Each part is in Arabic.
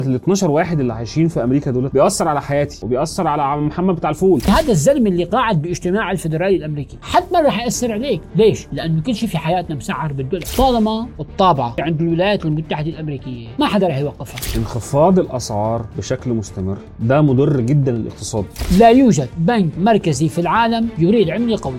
ال 12 واحد اللي عايشين في امريكا دول بيأثر على حياتي وبيأثر على عم محمد بتاع الفول. هذا الزلمه اللي قاعد باجتماع الفدرالي الامريكي حتما راح يأثر عليك. ليش؟ لانه كل شيء في حياتنا مسعر بالدولار. طالما الطابعه عند الولايات المتحده الامريكيه ما حدا راح يوقفها. انخفاض الاسعار بشكل مستمر ده مضر جدا للاقتصاد. لا يوجد بنك مركزي في العالم يريد عمله قويه.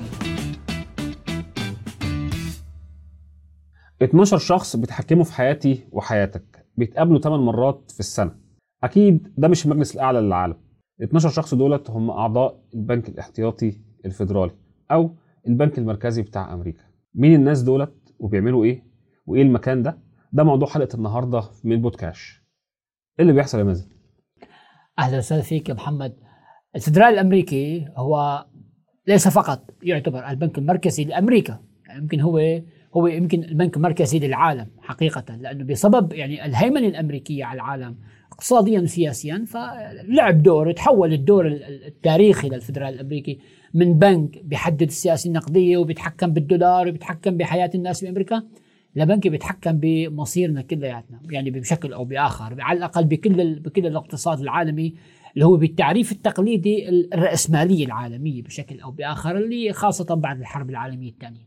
12 شخص بيتحكموا في حياتي وحياتك، بيتقابلوا 8 مرات في السنة. أكيد ده مش المجلس الأعلى للعالم. 12 شخص دولت هم أعضاء البنك الاحتياطي الفيدرالي أو البنك المركزي بتاع أمريكا. مين الناس دولت وبيعملوا إيه وإيه المكان ده؟ ده موضوع حلقة النهاردة من بودكاش. إيه اللي بيحصل يا مازن؟ أهلا وسهلا فيك يا محمد. الفدرالي الأمريكي هو ليس فقط يعتبر البنك المركزي لأمريكا، يعني يمكن هو يمكن البنك المركزي للعالم حقيقة، لأنه بسبب يعني الهيمنة الأمريكية على العالم اقتصاديا وسياسيا، فلعب دور، تحول الدور التاريخي للفدرالي الأمريكي من بنك بيحدد السياسة النقدية وبيتحكم بالدولار وبيتحكم بحياة الناس بأمريكا لبنك بيتحكم بمصيرنا كلياتنا، يعني بشكل أو بآخر، على الأقل بكل الاقتصاد العالمي اللي هو بالتعريف التقليدي الرأسمالية العالمية بشكل أو بآخر، اللي خاصة بعد الحرب العالمية الثانية.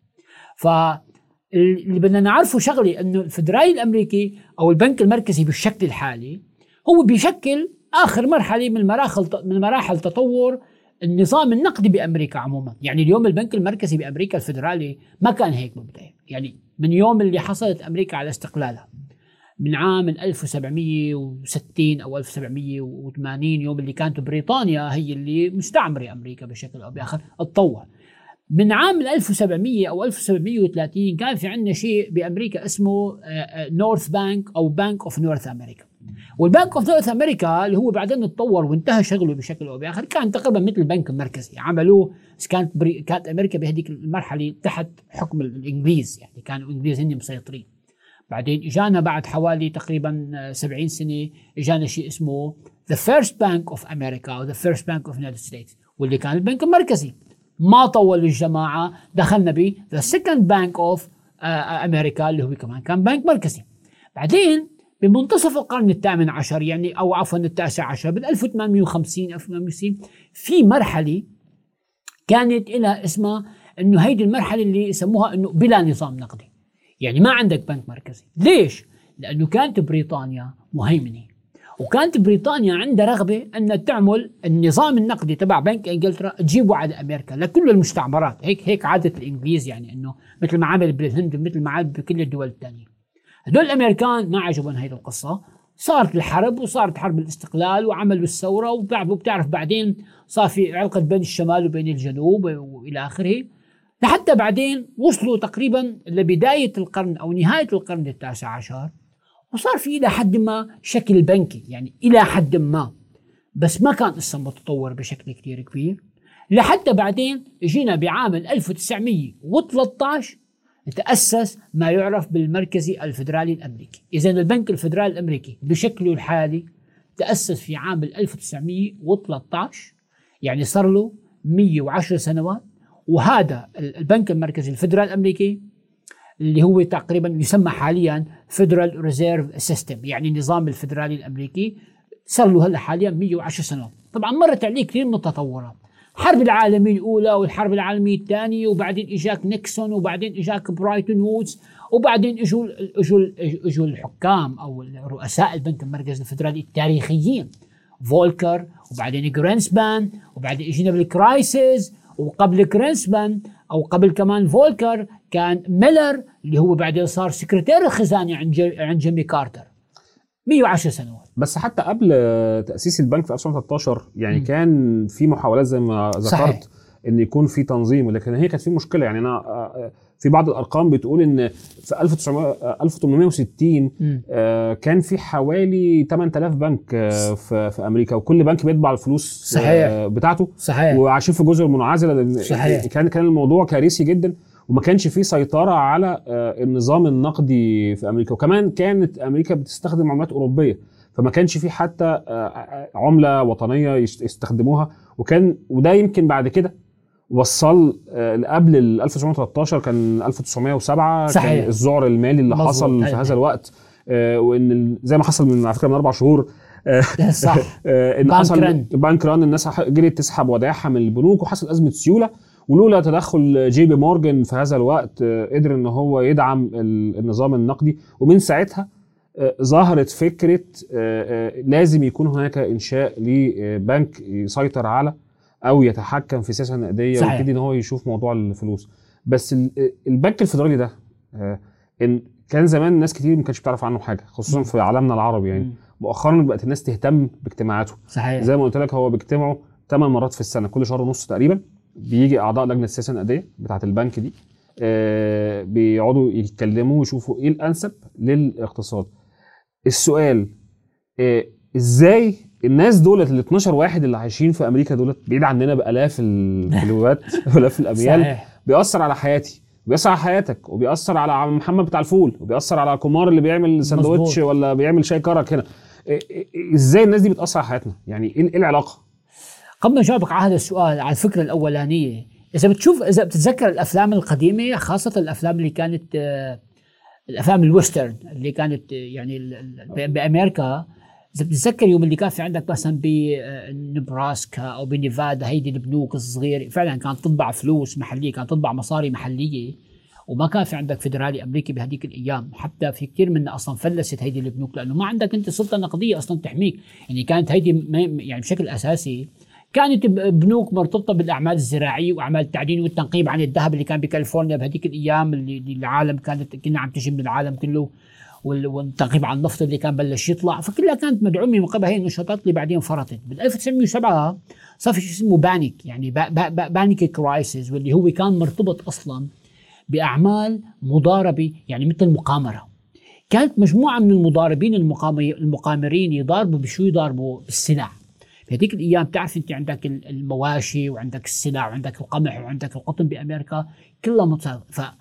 اللي بدنا نعرفه شغلي انه الفدرالي الامريكي او البنك المركزي بالشكل الحالي هو بيشكل اخر مرحله من مراحل تطور النظام النقدي بامريكا عموما. يعني اليوم البنك المركزي بامريكا الفدرالي ما كان هيك مبدئيا، يعني من يوم اللي حصلت امريكا على استقلالها من عام 1760 او 1780، يوم اللي كانت بريطانيا هي اللي مستعمره امريكا بشكل او باخر، اتطور. من عام 1700 أو 1730 كان في عندنا شيء بأمريكا اسمه نورث بانك أو بانك أوف نورث أمريكا. والبانك أوف نورث أمريكا اللي هو بعدين اتطور وانتهى شغله بشكل أو بآخر كان تقريبا مثل البنك المركزي، عملوه كانت أمريكا بهذيك المرحلة تحت حكم الإنجليز، يعني كانوا الإنجليز هن مسيطرين. بعدين إجانا بعد حوالي تقريبا 70 سنة إجانا شيء اسمه The First Bank of America أو The First Bank of United States، واللي كان البنك المركزي. ما طول الجماعة، دخلنا ب The Second Bank of America اللي هو كمان كان بنك مركزي. بعدين بمنتصف القرن الثامن عشر، يعني أو عفوا التاسع عشر، بال 1850 1860 في مرحلة كانت لها اسمها إنه هيدي المرحلة اللي يسموها إنه بلا نظام نقدي، يعني ما عندك بنك مركزي. ليش؟ لأنه كانت بريطانيا مهيمنة، وكانت بريطانيا عندها رغبة أن تعمل النظام النقدي تبع بنك إنجلترا تجيبه على أمريكا لكل المستعمرات. هيك عادة الإنجليز، يعني إنه مثل ما عمل بالهند مثل ما عمل بكل الدول الثانية. هدول الأمريكان ما عجبهم هيدا القصة، صارت الحرب وصارت حرب الاستقلال وعملوا الثورة، وبتعرف بعدين صار في علاقة بين الشمال وبين الجنوب وإلى آخره، لحتى بعدين وصلوا تقريبا لبداية القرن أو نهاية القرن التاسع عشر، وصار في إلى حد ما شكل بنكي، يعني إلى حد ما، بس ما كان لسه متطور بشكل كتير كبير. لحتى بعدين جينا بعام 1913 تأسس ما يعرف بالمركزي الفدرالي الأمريكي. إذن البنك الفدرالي الأمريكي بشكله الحالي تأسس في عام 1913، يعني صار له 110 سنوات. وهذا البنك المركزي الفدرالي الأمريكي اللي هو تقريبا يسمى حاليا Federal Reserve System، يعني النظام الفدرالي الأمريكي، صار له هلا حاليا 110 سنة. طبعا مرت عليه كثير من التطورات، الحرب العالمية الأولى والحرب العالمية الثانية، وبعدين إجاك نيكسون، وبعدين إجاك برايتون وودز، وبعدين اجوا الحكام أو رؤساء البنك المركزي الفدرالي التاريخيين، فولكر، وبعدين جرينسبان، وبعدين إجينا بالكرايسيس، وقبل جرينسبان أو قبل كمان فولكر كان ميلر اللي هو بعدين صار سكرتير الخزانة عند جيمي كارتر. 110 سنوات. بس حتى قبل تأسيس البنك في 1913 يعني كان في محاولات زي ما ذكرت، صحيح، ان يكون في تنظيم، ولكن هي كانت في مشكلة. يعني انا في بعض الارقام بتقول ان في 1860 كان في حوالي 8000 بنك في امريكا، وكل بنك بيطبع الفلوس، صحيح، بتاعته، صحيح، وعايشين في جزر منعزلة. صحيح. كان الموضوع كارثي جدا، وما كانش فيه سيطرة على النظام النقدي في أمريكا. وكمان كانت أمريكا بتستخدم عملات أوروبية، فما كانش فيه حتى عملة وطنية يستخدموها. وده يمكن بعد كده وصل قبل 1913 كان 1907، صحيح، كان الذعر المالي اللي حصل في هذا الوقت، وإن زي ما حصل من على فكرة من 4 شهور صح. ان حصل بانك ران، الناس جريت تسحب ودائعها من البنوك وحصل ازمه سيوله، ولولا تدخل جي بي مورجان في هذا الوقت قدر ان هو يدعم النظام النقدي. ومن ساعتها ظهرت فكره لازم يكون هناك انشاء لبنك يسيطر على او يتحكم في السياسه النقديه ويبتدي ان هو يشوف موضوع الفلوس. بس البنك الفيدرالي ده إن كان زمان ناس كتير ما كانتش بتعرف عنه حاجه، خصوصا في عالمنا العربي يعني. مؤخرا بقت الناس تهتم باجتماعاته. صحيح. زي ما قلت لك هو بيجتمعوا 8 مرات في السنه، كل شهر ونص تقريبا بيجي اعضاء لجنه السياسه النقديه بتاعه البنك دي، بيقعدوا يتكلموا ويشوفوا ايه الانسب للاقتصاد. السؤال ازاي الناس دولت ال 12 واحد اللي عايشين في امريكا دولت بعيد عننا بالاف الكيلوات والاف الاميال، صحيح. بيأثر على حياتي، بيأثر على حياتك، وبيأثر على عم محمد بتاع الفول، وبيأثر على كومار اللي بيعمل سندوتش ولا بيعمل شاي كرك هنا. ازاي الناس دي بتأثر على حياتنا؟ يعني ايه العلاقه؟ قبل ما اجاوبك على هذا السؤال، على الفكره الاولانيه، اذا بتتذكر الافلام القديمه، خاصه الافلام اللي كانت الافلام الويسترن اللي كانت يعني بامريكا، اذا بتتذكر يوم اللي كان في عندك مثلا بنبراسكا او بنيفادا هيدي البنوك الصغيره فعلا كانت تطبع فلوس محليه، كانت تطبع مصاري محليه، وما كان في عندك فيدرالي امريكي بهديك الايام. حتى في كثير منا اصلا فلست هيدي البنوك لانه ما عندك انت سلطه نقديه اصلا تحميك. يعني كانت هيدي يعني بشكل اساسي كانت بنوك مرتبطه بالاعمال الزراعيه واعمال التعدين والتنقيب عن الذهب اللي كان بكاليفورنيا بهديك الايام، اللي العالم كنا عم تجي من العالم كله، والتنقيب عن النفط اللي كان بلش يطلع، فكلها كانت مدعومه من قبل هي النشاطات اللي بعدين فرطت. بال 1907 صار في شيء اسمه بانيك، يعني بانيك كرايسيس، واللي هو كان مرتبط اصلا باعمال مضاربه، يعني مثل المقامره. كانت مجموعه من المضاربين المقامرين يضاربوا بشو؟ يضاربوا بالسلع. في هذيك الايام تعرف انت عندك المواشي وعندك السلع وعندك القمح وعندك القطن بامريكا كلها متصادمه،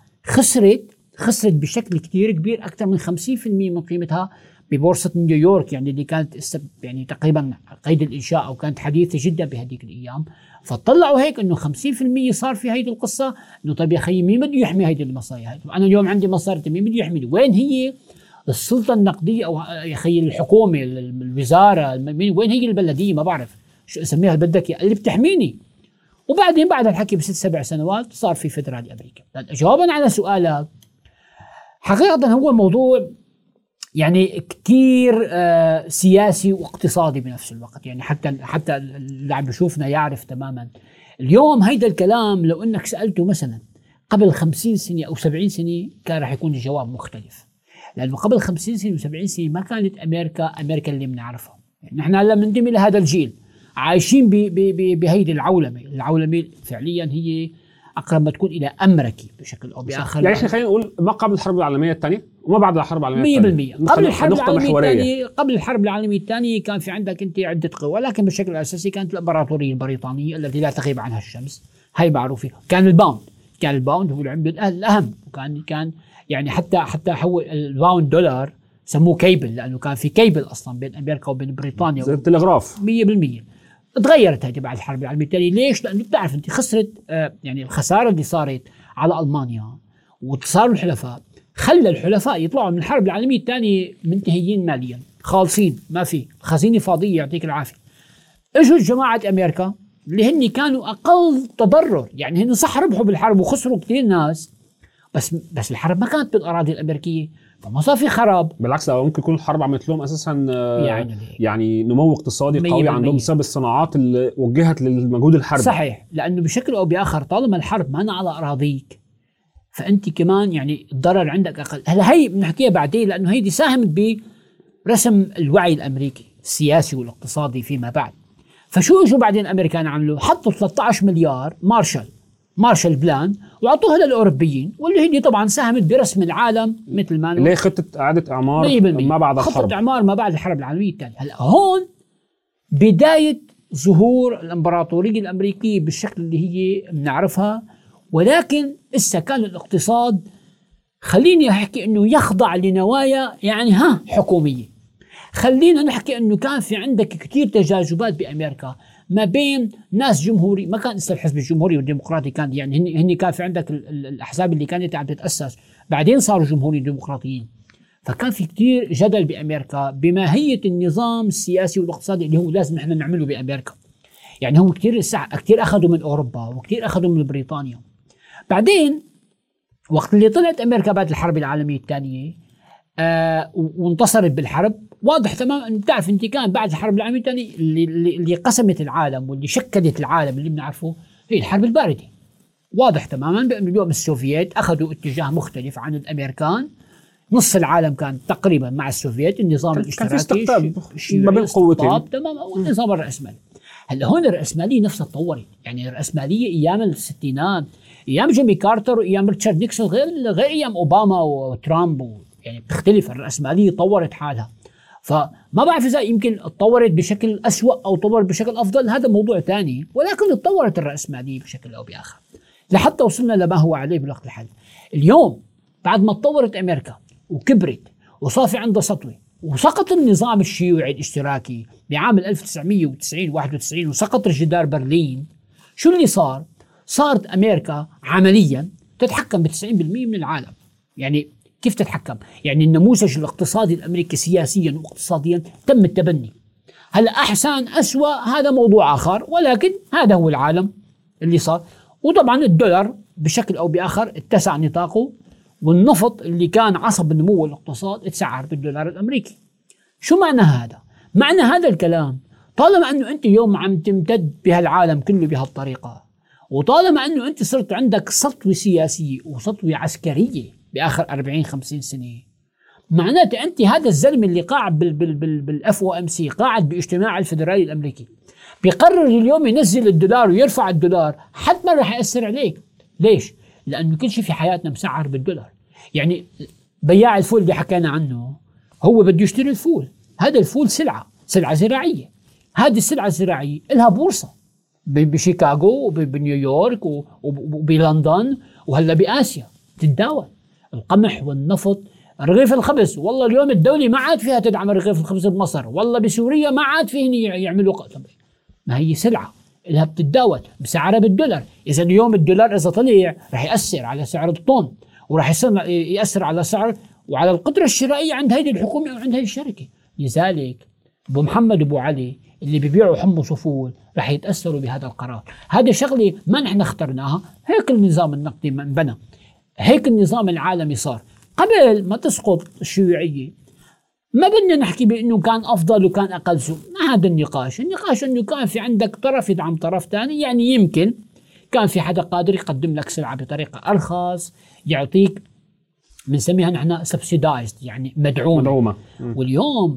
خسرت بشكل كتير كبير، اكثر من 50% من قيمتها ببورصه نيويورك، يعني اللي كانت يعني تقريبا قيد الانشاء او كانت حديثه جدا بهذيك الايام. فطلعوا هيك انه 50% صار في هيدي القصه، انه طيب يا اخي مين بده يحمي هيدي المصاري؟ انا اليوم عندي مصاري، مين بده يحمي؟ وين هي السلطه النقديه؟ او يا اخي الحكومه، الوزاره، وين هي البلديه؟ ما بعرف شو اسميها بدك اللي بتحميني. وبعدين بعد الحكي بست 7 سنوات صار في فيدرالي امريكا. جوابا على سؤالك، حقيقه هو موضوع يعني كتير سياسي واقتصادي بنفس الوقت. يعني حتى اللي عم بيشوفنا يعرف تماما اليوم هيدا الكلام لو انك سألته مثلا قبل 50 سنة او 70 سنة كان راح يكون الجواب مختلف، لانه قبل 50 سنة و70 سنة ما كانت امريكا اللي بنعرفها. يعني نحن هلا بننتمي لهذا الجيل، عايشين بهيدي العولمة فعليا هي اقرب ما تكون الى امريكي بشكل او باخر. يعني احنا خلينا نقول ما قبل الحرب العالميه الثانيه وما بعد الحرب العالميه الثانيه. 100% قبل الحرب العالميه الثانيه كان في عندك انت عده قوى، لكن بشكل اساسي كانت الامبراطوريه البريطانيه التي لا تغيب عنها الشمس، هي معروفه. كان الباوند هو العمله الاهم، وكان يعني حتى هو الباوند دولار سموه كيبل، لانه كان في كيبل اصلا بين امريكا وبين بريطانيا زي التلغراف. 100%. تغيرت هذه بعد الحرب العالميه الثانيه. ليش؟ لانه بتعرف انت خسرت يعني الخساره اللي صارت على المانيا وانتصار الحلفاء خلى الحلفاء يطلعوا من الحرب العالميه الثانيه منتهيين ماليا، خالصين، ما في خزينه فاضيه، يعطيك العافيه. اجوا جماعه امريكا اللي هن كانوا اقل تضرر، يعني هن صح ربحوا بالحرب وخسروا كثير ناس، بس الحرب ما كانت بالاراضي الامريكيه، فما صار في خراب. بالعكس ممكن يكون الحرب عملت لهم اساسا يعني نمو اقتصادي قوي عندهم بسبب الصناعات اللي وجهت للمجهود الحربي. صحيح، لانه بشكل او باخر طالما الحرب ما على اراضيك فانت كمان يعني الضرر عندك اقل. هلا هي بنحكيها بعدين، لانه هي دي ساهمت برسم الوعي الامريكي السياسي والاقتصادي فيما بعد. فشو اجوا بعدين الامريكان عملوا؟ حطوا 13 مليار مارشال بلان وعطوها للاوروبيين، واللي هي طبعا ساهمت برسم العالم مثل ما اللي هي خطه اعاده اعمار ما بعد الحرب، خطه اعمار ما بعد الحرب العالميه الثانيه. هلا هون بدايه ظهور الامبراطوريه الامريكيه بالشكل اللي هي بنعرفها، ولكن اسا كان الاقتصاد خليني احكي انه يخضع لنوايا يعني حكوميه. خلينا نحكي انه كان في عندك كثير تجاذبات بامريكا ما بين ناس جمهوري، ما كان لسه الحزب الجمهوري والديمقراطي، كان يعني هن كان في عندك الاحزاب اللي كانت عم تتاسس بعدين صاروا جمهوري ديمقراطيين. فكان في كتير جدل بأمريكا بماهية النظام السياسي والاقتصادي اللي هو لازم نحن نعمله بأمريكا. يعني هم كتير أخذوا من أوروبا وكتير أخذوا من بريطانيا. بعدين وقت اللي طلعت أمريكا بعد الحرب العالمية الثانية وانتصرت بالحرب، واضح تماما أن بتعرف أنت كان بعد الحرب العالمية الثانية اللي قسمت العالم واللي شكلت العالم اللي بنعرفه هي الحرب الباردة. واضح تماما بأن اليوم السوفييت أخذوا اتجاه مختلف عن الأمريكان. نص العالم كان تقريبا مع السوفييت، النظام الاشتراكي ما بين قوتين تماما، والنظام الرأسمالي. هلا هون الرأسمالية نفسها تطورت. يعني الرأسمالية أيام الستينات، أيام جيمي كارتر وأيام ريتشارد نيكسون غير أيام أوباما وترامب، يعني بتختلف. الرأسمالية طورت حالها. فما بعرف إذا يمكن تطورت بشكل أسوأ أو تطورت بشكل أفضل، هذا موضوع ثاني، ولكن تطورت الرأسمالية بشكل أو بآخر لحتى وصلنا لما هو عليه بالوقت الحالي. اليوم بعد ما تطورت أمريكا وكبرت وصار في عندها سطوة وسقط النظام الشيوعي الاشتراكي بعام 1991 وسقط جدار برلين، شو اللي صار؟ صارت أمريكا عمليا تتحكم ب90% من العالم. يعني كيف تتحكم؟ يعني النموذج الاقتصادي الأمريكي سياسيا واقتصاديا تم التبني. هلا أحسن أسوأ هذا موضوع آخر، ولكن هذا هو العالم اللي صار. وطبعا الدولار بشكل أو بآخر اتسع نطاقه، والنفط اللي كان عصب النمو الاقتصاد اتسعر بالدولار الأمريكي. شو معنى هذا؟ معنى هذا الكلام طالما أنه أنت اليوم عم تمتد بهالعالم كله بهالطريقة، وطالما أنه أنت صرت عندك سطوة سياسية وسطوة عسكرية بآخر 40-50 سنة، معناته أنت هذا الزلم اللي قاعد بالFOMC، قاعد باجتماع الفدرالي الأمريكي، بيقرر اليوم ينزل الدولار ويرفع الدولار، حتما رح يأثر عليك. ليش؟ لأنه كل شيء في حياتنا مسعر بالدولار. يعني بياع الفول اللي حكينا عنه هو بده يشتري الفول، هذا الفول سلعة زراعية. هذه السلعة الزراعية لها بورصة بشيكاغو وبنيويورك وبلندن وهلا بآسيا تتداول. القمح والنفط، رغيف الخبز، والله اليوم الدولة ما عاد فيها تدعم رغيف الخبز بمصر، والله بسوريا ما عاد فيهن يعملوا ما هي سلعة لها بتتداول بسعرها بالدولار. إذا اليوم الدولار إذا طلع رح يأثر على سعر الطن، ورح يأثر على سعر وعلى القدرة الشرائية عند هذه الحكومة أو عند هذه الشركة. لذلك أبو محمد أبو علي اللي بيبيعوا حمص وفول رح يتأثروا بهذا القرار. هذه شغلة ما نحن اخترناها، هيك النظام النقدي انبنى، هيك النظام العالمي صار. قبل ما تسقط الشيوعية ما بدنا نحكي بأنه كان أفضل وكان أقل سوء، ما هذا النقاش أنه كان في عندك طرف يدعم طرف ثاني. يعني يمكن كان في حدا قادر يقدم لك سلعة بطريقة أرخص، يعطيك بنسميها نحن subsidized، يعني مدعومة. واليوم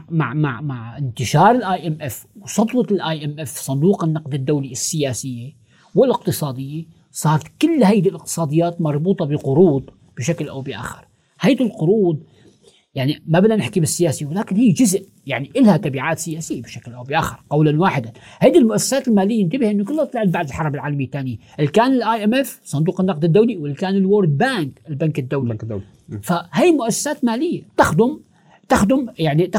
مع انتشار IMF وسطوة IMF صندوق النقد الدولي السياسية والاقتصادية، صارت كل هيدي الاقتصاديات مربوطة بقروض بشكل أو بآخر. هيدي القروض يعني ما بدنا نحكي بالسياسي، ولكن هي جزء يعني إلها تبعات سياسية بشكل أو بآخر. قولا واحدا هيدي المؤسسات المالية انتبه إنه كلها طلعت بعد الحرب العالمية الثانية، اللي كان IMF صندوق النقد الدولي، واللي كان الورد بانك البنك الدولي. فهي مؤسسات مالية تخدم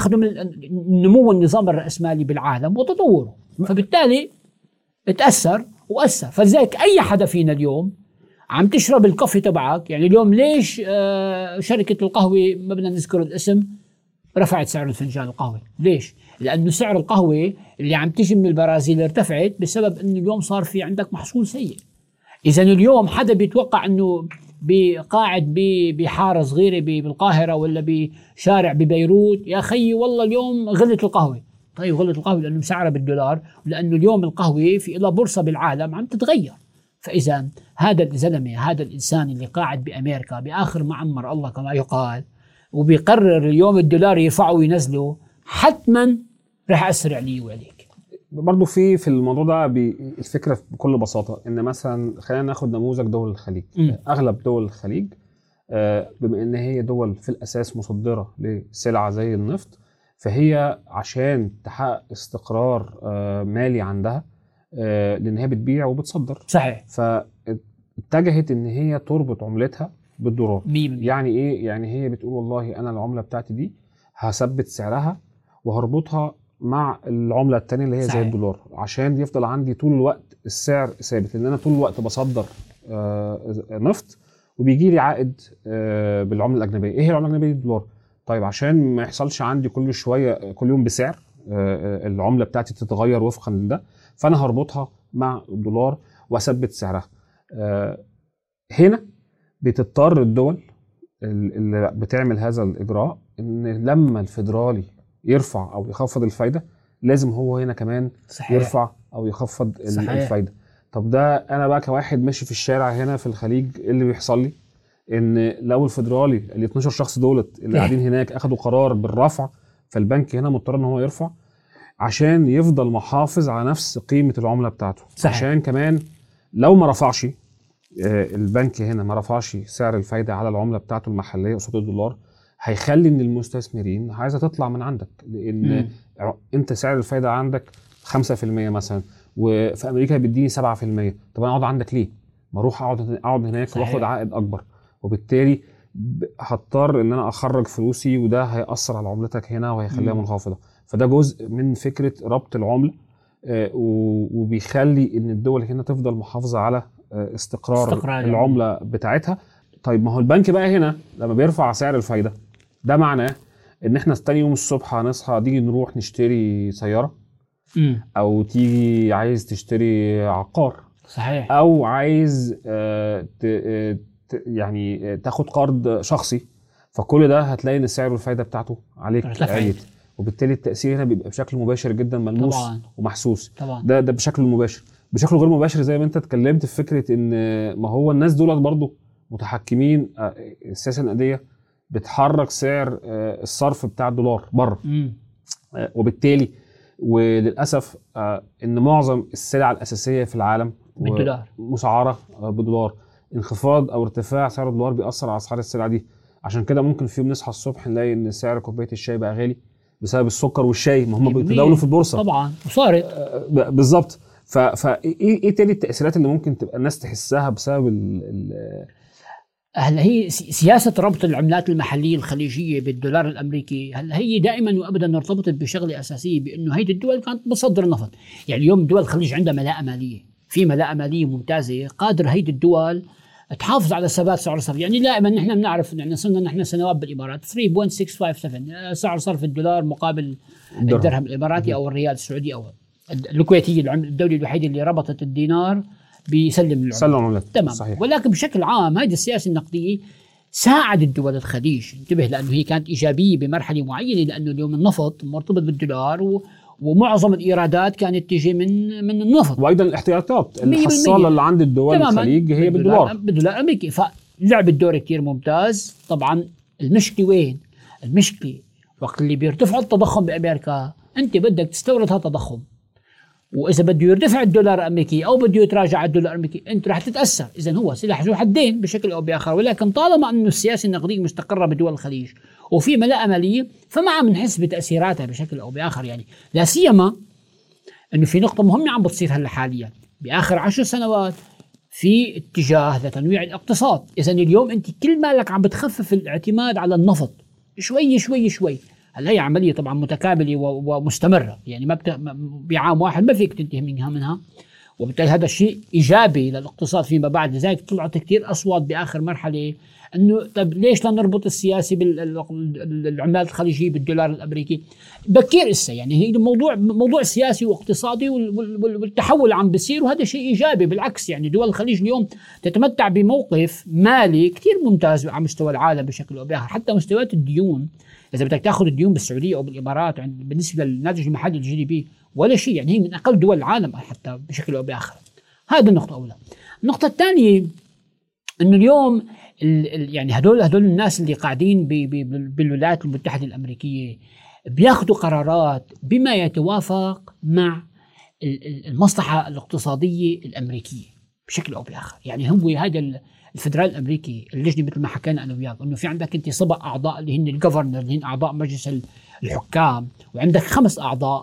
نمو النظام الرأسمالي بالعالم وتطوره، فبالتالي تأثر وأثر. فلذلك أي حدا فينا اليوم عم تشرب الكوفي تبعك، يعني اليوم ليش شركة القهوة ما بدنا نذكر الاسم رفعت سعر الفنجان القهوة؟ ليش؟ لأنه سعر القهوة اللي عم تيجي من البرازيل ارتفعت بسبب أنه اليوم صار في عندك محصول سيء. إذا اليوم حدا بيتوقع أنه قاعد بحارة صغيرة بالقاهرة ولا بشارع ببيروت، يا خي والله اليوم غلت القهوة. طيب غلت القهوة لأنه مسعرها بالدولار، ولأنه اليوم القهوة في إلها بورصة بالعالم عم تتغير. فإذا هذا الزلمة، هذا الإنسان اللي قاعد بأمريكا بآخر معمر الله كما يقال، وبيقرر اليوم الدولار يرفعه وينزله، حتما رح أثر عليه وعليك. برضو في الموضوع ده الفكرة بكل بساطة إن مثلا خلينا ناخد نموذج دول الخليج. أغلب دول الخليج بما إن هي دول في الأساس مصدرة لسلعة زي النفط، فهي عشان تحقق استقرار مالي عندها، لأن هي بتبيع وبتصدر. صحيح. فاتجهت إن هي تربط عملتها بالدولار. يعني إيه؟ يعني هي بتقول والله أنا العملة بتاعتي دي هثبت سعرها وهربطها مع العملة التانية اللي هي زي الدولار، عشان يفضل عندي طول الوقت السعر ثابت، لأن أنا طول الوقت بصدر نفط وبيجي لي عائد بالعملة الأجنبية. إيه هي العملة الأجنبية؟ الدولار. طيب عشان ما يحصلش عندي كل شويه كل يوم بسعر العمله بتاعتي تتغير وفقا لده، فانا هربطها مع الدولار واثبت سعرها. هنا بتضطر الدول اللي بتعمل هذا الاجراء ان لما الفيدرالي يرفع او يخفض الفايده لازم هو هنا كمان صحيح. يرفع او يخفض الفايده. طب ده انا بقى كواحد ماشي في الشارع هنا في الخليج ايه اللي بيحصل لي؟ ان لو الفيدرالي ال 12 شخص دولت اللي قاعدين هناك اخدوا قرار بالرفع، فالبنك هنا مضطر ان هو يرفع عشان يفضل محافظ على نفس قيمه العمله بتاعته. صحيح. عشان كمان لو ما رفعش البنك هنا ما رفعش سعر الفايده على العمله بتاعته المحليه قصاد الدولار، هيخلي ان المستثمرين عايزه تطلع من عندك، لان انت سعر الفايده عندك 5% مثلا وفي امريكا بيديني 7%. طب انا اقعد عندك ليه؟ ما اروح اقعد هناك واخد عائد اكبر، وبالتالي هضطر ان انا اخرج فلوسي وده هيأثر على عملتك هنا وهيخليها منخفضه. فده جزء من فكره ربط العمله وبيخلي ان الدول هنا تفضل محافظه على استقرار العمله بتاعتها. طيب ما هو البنك بقى هنا لما بيرفع سعر الفايده ده معناه ان احنا تاني يوم الصبح هنصحى نيجي نروح نشتري سياره او تيجي عايز تشتري عقار. صحيح. او عايز يعني تاخد قرض شخصي، فكل ده هتلاقي ان سعر الفايده بتاعته عليك عالية، وبالتالي التاثير هنا بيبقى بشكل مباشر جدا ملموس طبعاً. ومحسوس طبعاً. ده بشكل مباشر. بشكل غير مباشر زي ما انت اتكلمت في فكره ان ما هو الناس دول برضو متحكمين، السياسه النقديه بتحرك سعر الصرف بتاع الدولار بره، وبالتالي وللاسف ان معظم السلع الاساسيه في العالم بالدولار مسعره بالدولار. انخفاض او ارتفاع سعر الدولار بيأثر على اسعار السلع دي. عشان كده ممكن في يوم نصحى الصبح نلاقي ان سعر كوبايه الشاي بقى غالي بسبب السكر والشاي، ما هم بيتداولوا في البورصه طبعا وصارت بالظبط. ايه تاني التأثيرات اللي ممكن تبقى الناس تحسها بسبب هلا هي سياسة ربط العملات المحلية الخليجية بالدولار الأمريكي، هلا هي دائما وأبدا ارتبطت بشغلة أساسية بأنه هيدي الدول كانت بتصدر النفط. يعني اليوم دول الخليج عندها ملاءة مالية، في ملاءة مالية ممتازة، قادر هيدي الدول تحافظ على ثبات سعر الصرف. يعني دائما نحن بنعرف يعني صرنا نحن سنوات بالإمارات 3.657 سعر صرف الدولار مقابل الدرهم الإماراتي أو الريال السعودي أو الكويتي، الدولة الوحيدة اللي ربطت الدينار بيسلم العملات. تمام. صحيح. ولكن بشكل عام هذه السياسة النقدية ساعد الدول الخليج، انتبه، لأنه هي كانت إيجابية بمرحلة معينة، لأنه اليوم النفط مرتبط بالدولار ومعظم الإيرادات كانت تيجي من النفط، وأيضا الاحتياطات الحصالة اللي عند الدول الخليج هي بالدولار الأمريكي. فلعب الدور كتير ممتاز. طبعا المشكلة وين؟ المشكلة وقت اللي بيرتفع التضخم بأمريكا أنت بدك تستورد هذا التضخم، وإذا بده يرتفع الدولار الأمريكي أو بده يتراجع الدولار الأمريكي أنت رح تتأثر. إذن هو سلاح ذو حدين بشكل أو بآخر. ولكن طالما أنه السياسة النقدية مستقرة بدول الخليج وفي ملاءة مالية فما عم نحس بتأثيراتها بشكل أو بآخر. يعني لا سيما أنه في نقطة مهمة عم بتصير هلا حاليا بآخر 10 سنوات في اتجاه لتنويع الاقتصاد. إذن اليوم أنت كل مالك عم بتخفف الاعتماد على النفط شوي شوي شوي. هلا هي عملية طبعا متكاملة ومستمرة، يعني ما بعام واحد ما فيك تنتهي منها، وبالتالي هذا الشيء إيجابي للاقتصاد فيما بعد. لذلك طلعت كثير أصوات بآخر مرحلة أنه طب ليش لا نربط السياسي بالعملات الخليجية بالدولار الأمريكي بكير إسا. يعني هي موضوع سياسي واقتصادي والتحول عم بيصير، وهذا شيء إيجابي بالعكس. يعني دول الخليج اليوم تتمتع بموقف مالي كثير ممتاز على مستوى العالم بشكل أو بآخر. حتى مستويات الديون، إذا بدك تأخذ الديون بالسعودية أو بالإمارات بالنسبة للناتج المحلي الجي دي بي ولا شيء، يعني هي من أقل دول العالم حتى بشكل أو بآخر. هذا النقطة الأولى. النقطة الثانية إنه اليوم يعني هدول الناس اللي قاعدين بالولايات المتحدة الأمريكية بياخذوا قرارات بما يتوافق مع المصلحة الاقتصادية الأمريكية بشكل أو بآخر. يعني هو هذا الفدرالي الأمريكي اللجنة مثل ما حكينا أنا وياك إنه في عندك أنت 7 أعضاء اللي هن الجفرنر اللي هن أعضاء مجلس الحكام، وعندك 5 أعضاء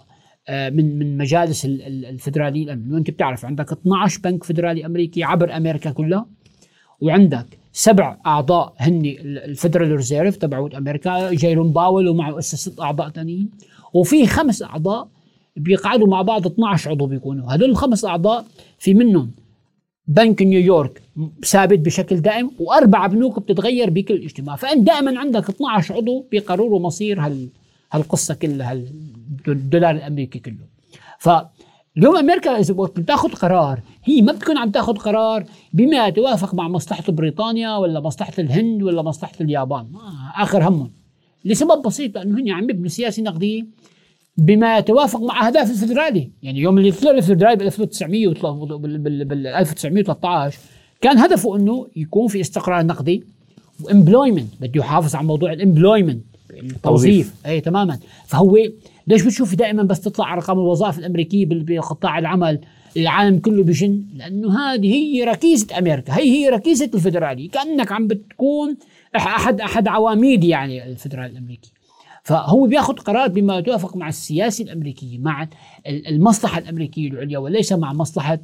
من مجالس الفدرالية الأمريكية. وأنت بتعرف عندك 12 بنك فدرالي أمريكي عبر أمريكا كلها، وعندك 7 أعضاء هن الفدرال ريزيرف تبعوا أمريكا جيروم باول ومعه 6 أعضاء ثانيين، وفي 5 أعضاء بيقعدوا مع بعض 12 عضو بيكونوا. هذول ال5 أعضاء في منهم بنك نيويورك ثابت بشكل دائم، و4 بنوك بتتغير بكل اجتماع، فانت دائما عندك 12 عضو بيقرروا مصير هالقصه كلها، الدولار الامريكي كله. فاليوم امريكا اذا بتاخذ قرار، هي ما بتكون عم تاخذ قرار بما يتوافق مع مصلحه بريطانيا ولا مصلحه الهند ولا مصلحه اليابان، اخر همهم، لسبب بسيط، لانه هن عم يبنوا سياسه نقديه بما يتوافق مع أهداف الفدرالي. يعني يوم اللي طلع الفدرالي بال 1913 كان هدفه انه يكون في استقرار نقدي وامبلويمنت، بده يحافظ على موضوع الامبلويمنت، التوظيف. اي تماما. فهو ليش بتشوف دائما بس تطلع ارقام الوظائف الامريكيه بقطاع العمل العالم كله بجن؟ لانه هذه هي ركيزه امريكا، هي ركيزه الفدرالي، كانك عم بتكون احد عواميد يعني الفدرالي الامريكي. فهو بياخذ قرار بما يتوافق مع السياسة الأمريكية، مع المصلحة الأمريكية العليا، وليس مع مصلحة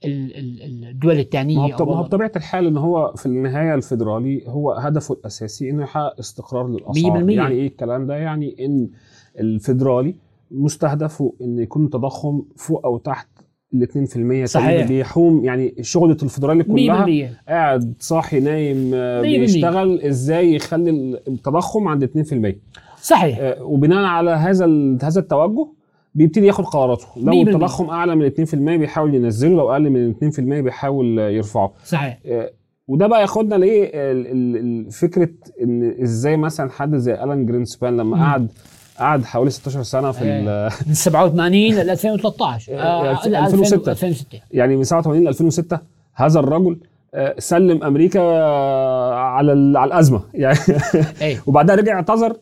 الدول الثانية. ما هو بطبيعة الحال إنه هو في النهاية الفدرالي هو هدفه الأساسي إنه يحقق استقرار للأسعار. يعني إيه الكلام ده؟ يعني إن الفدرالي مستهدفه إن يكون تضخم فوق أو تحت 2%. صحيح. بيحوم يعني شغلة الفدرالي كلها 100%. قاعد صاحي نايم بيشتغل إزاي يخلي التضخم عند 2%. صحيح. وبناء على هذا التوجه بيبتدي ياخد قراراته. لو التضخم اعلى من 2% بيحاول ينزله، لو اقل من 2% بيحاول يرفعه. صحيح. وده بقى ياخدنا لايه فكره ان ازاي مثلا حد زي ألان جرينسبان لما قعد حوالي 16 سنه في من 87 ل 2013 2006 يعني من 87 ل 2006 هذا الرجل سلم امريكا على الازمه يعني. وبعدها رجع اعتذر.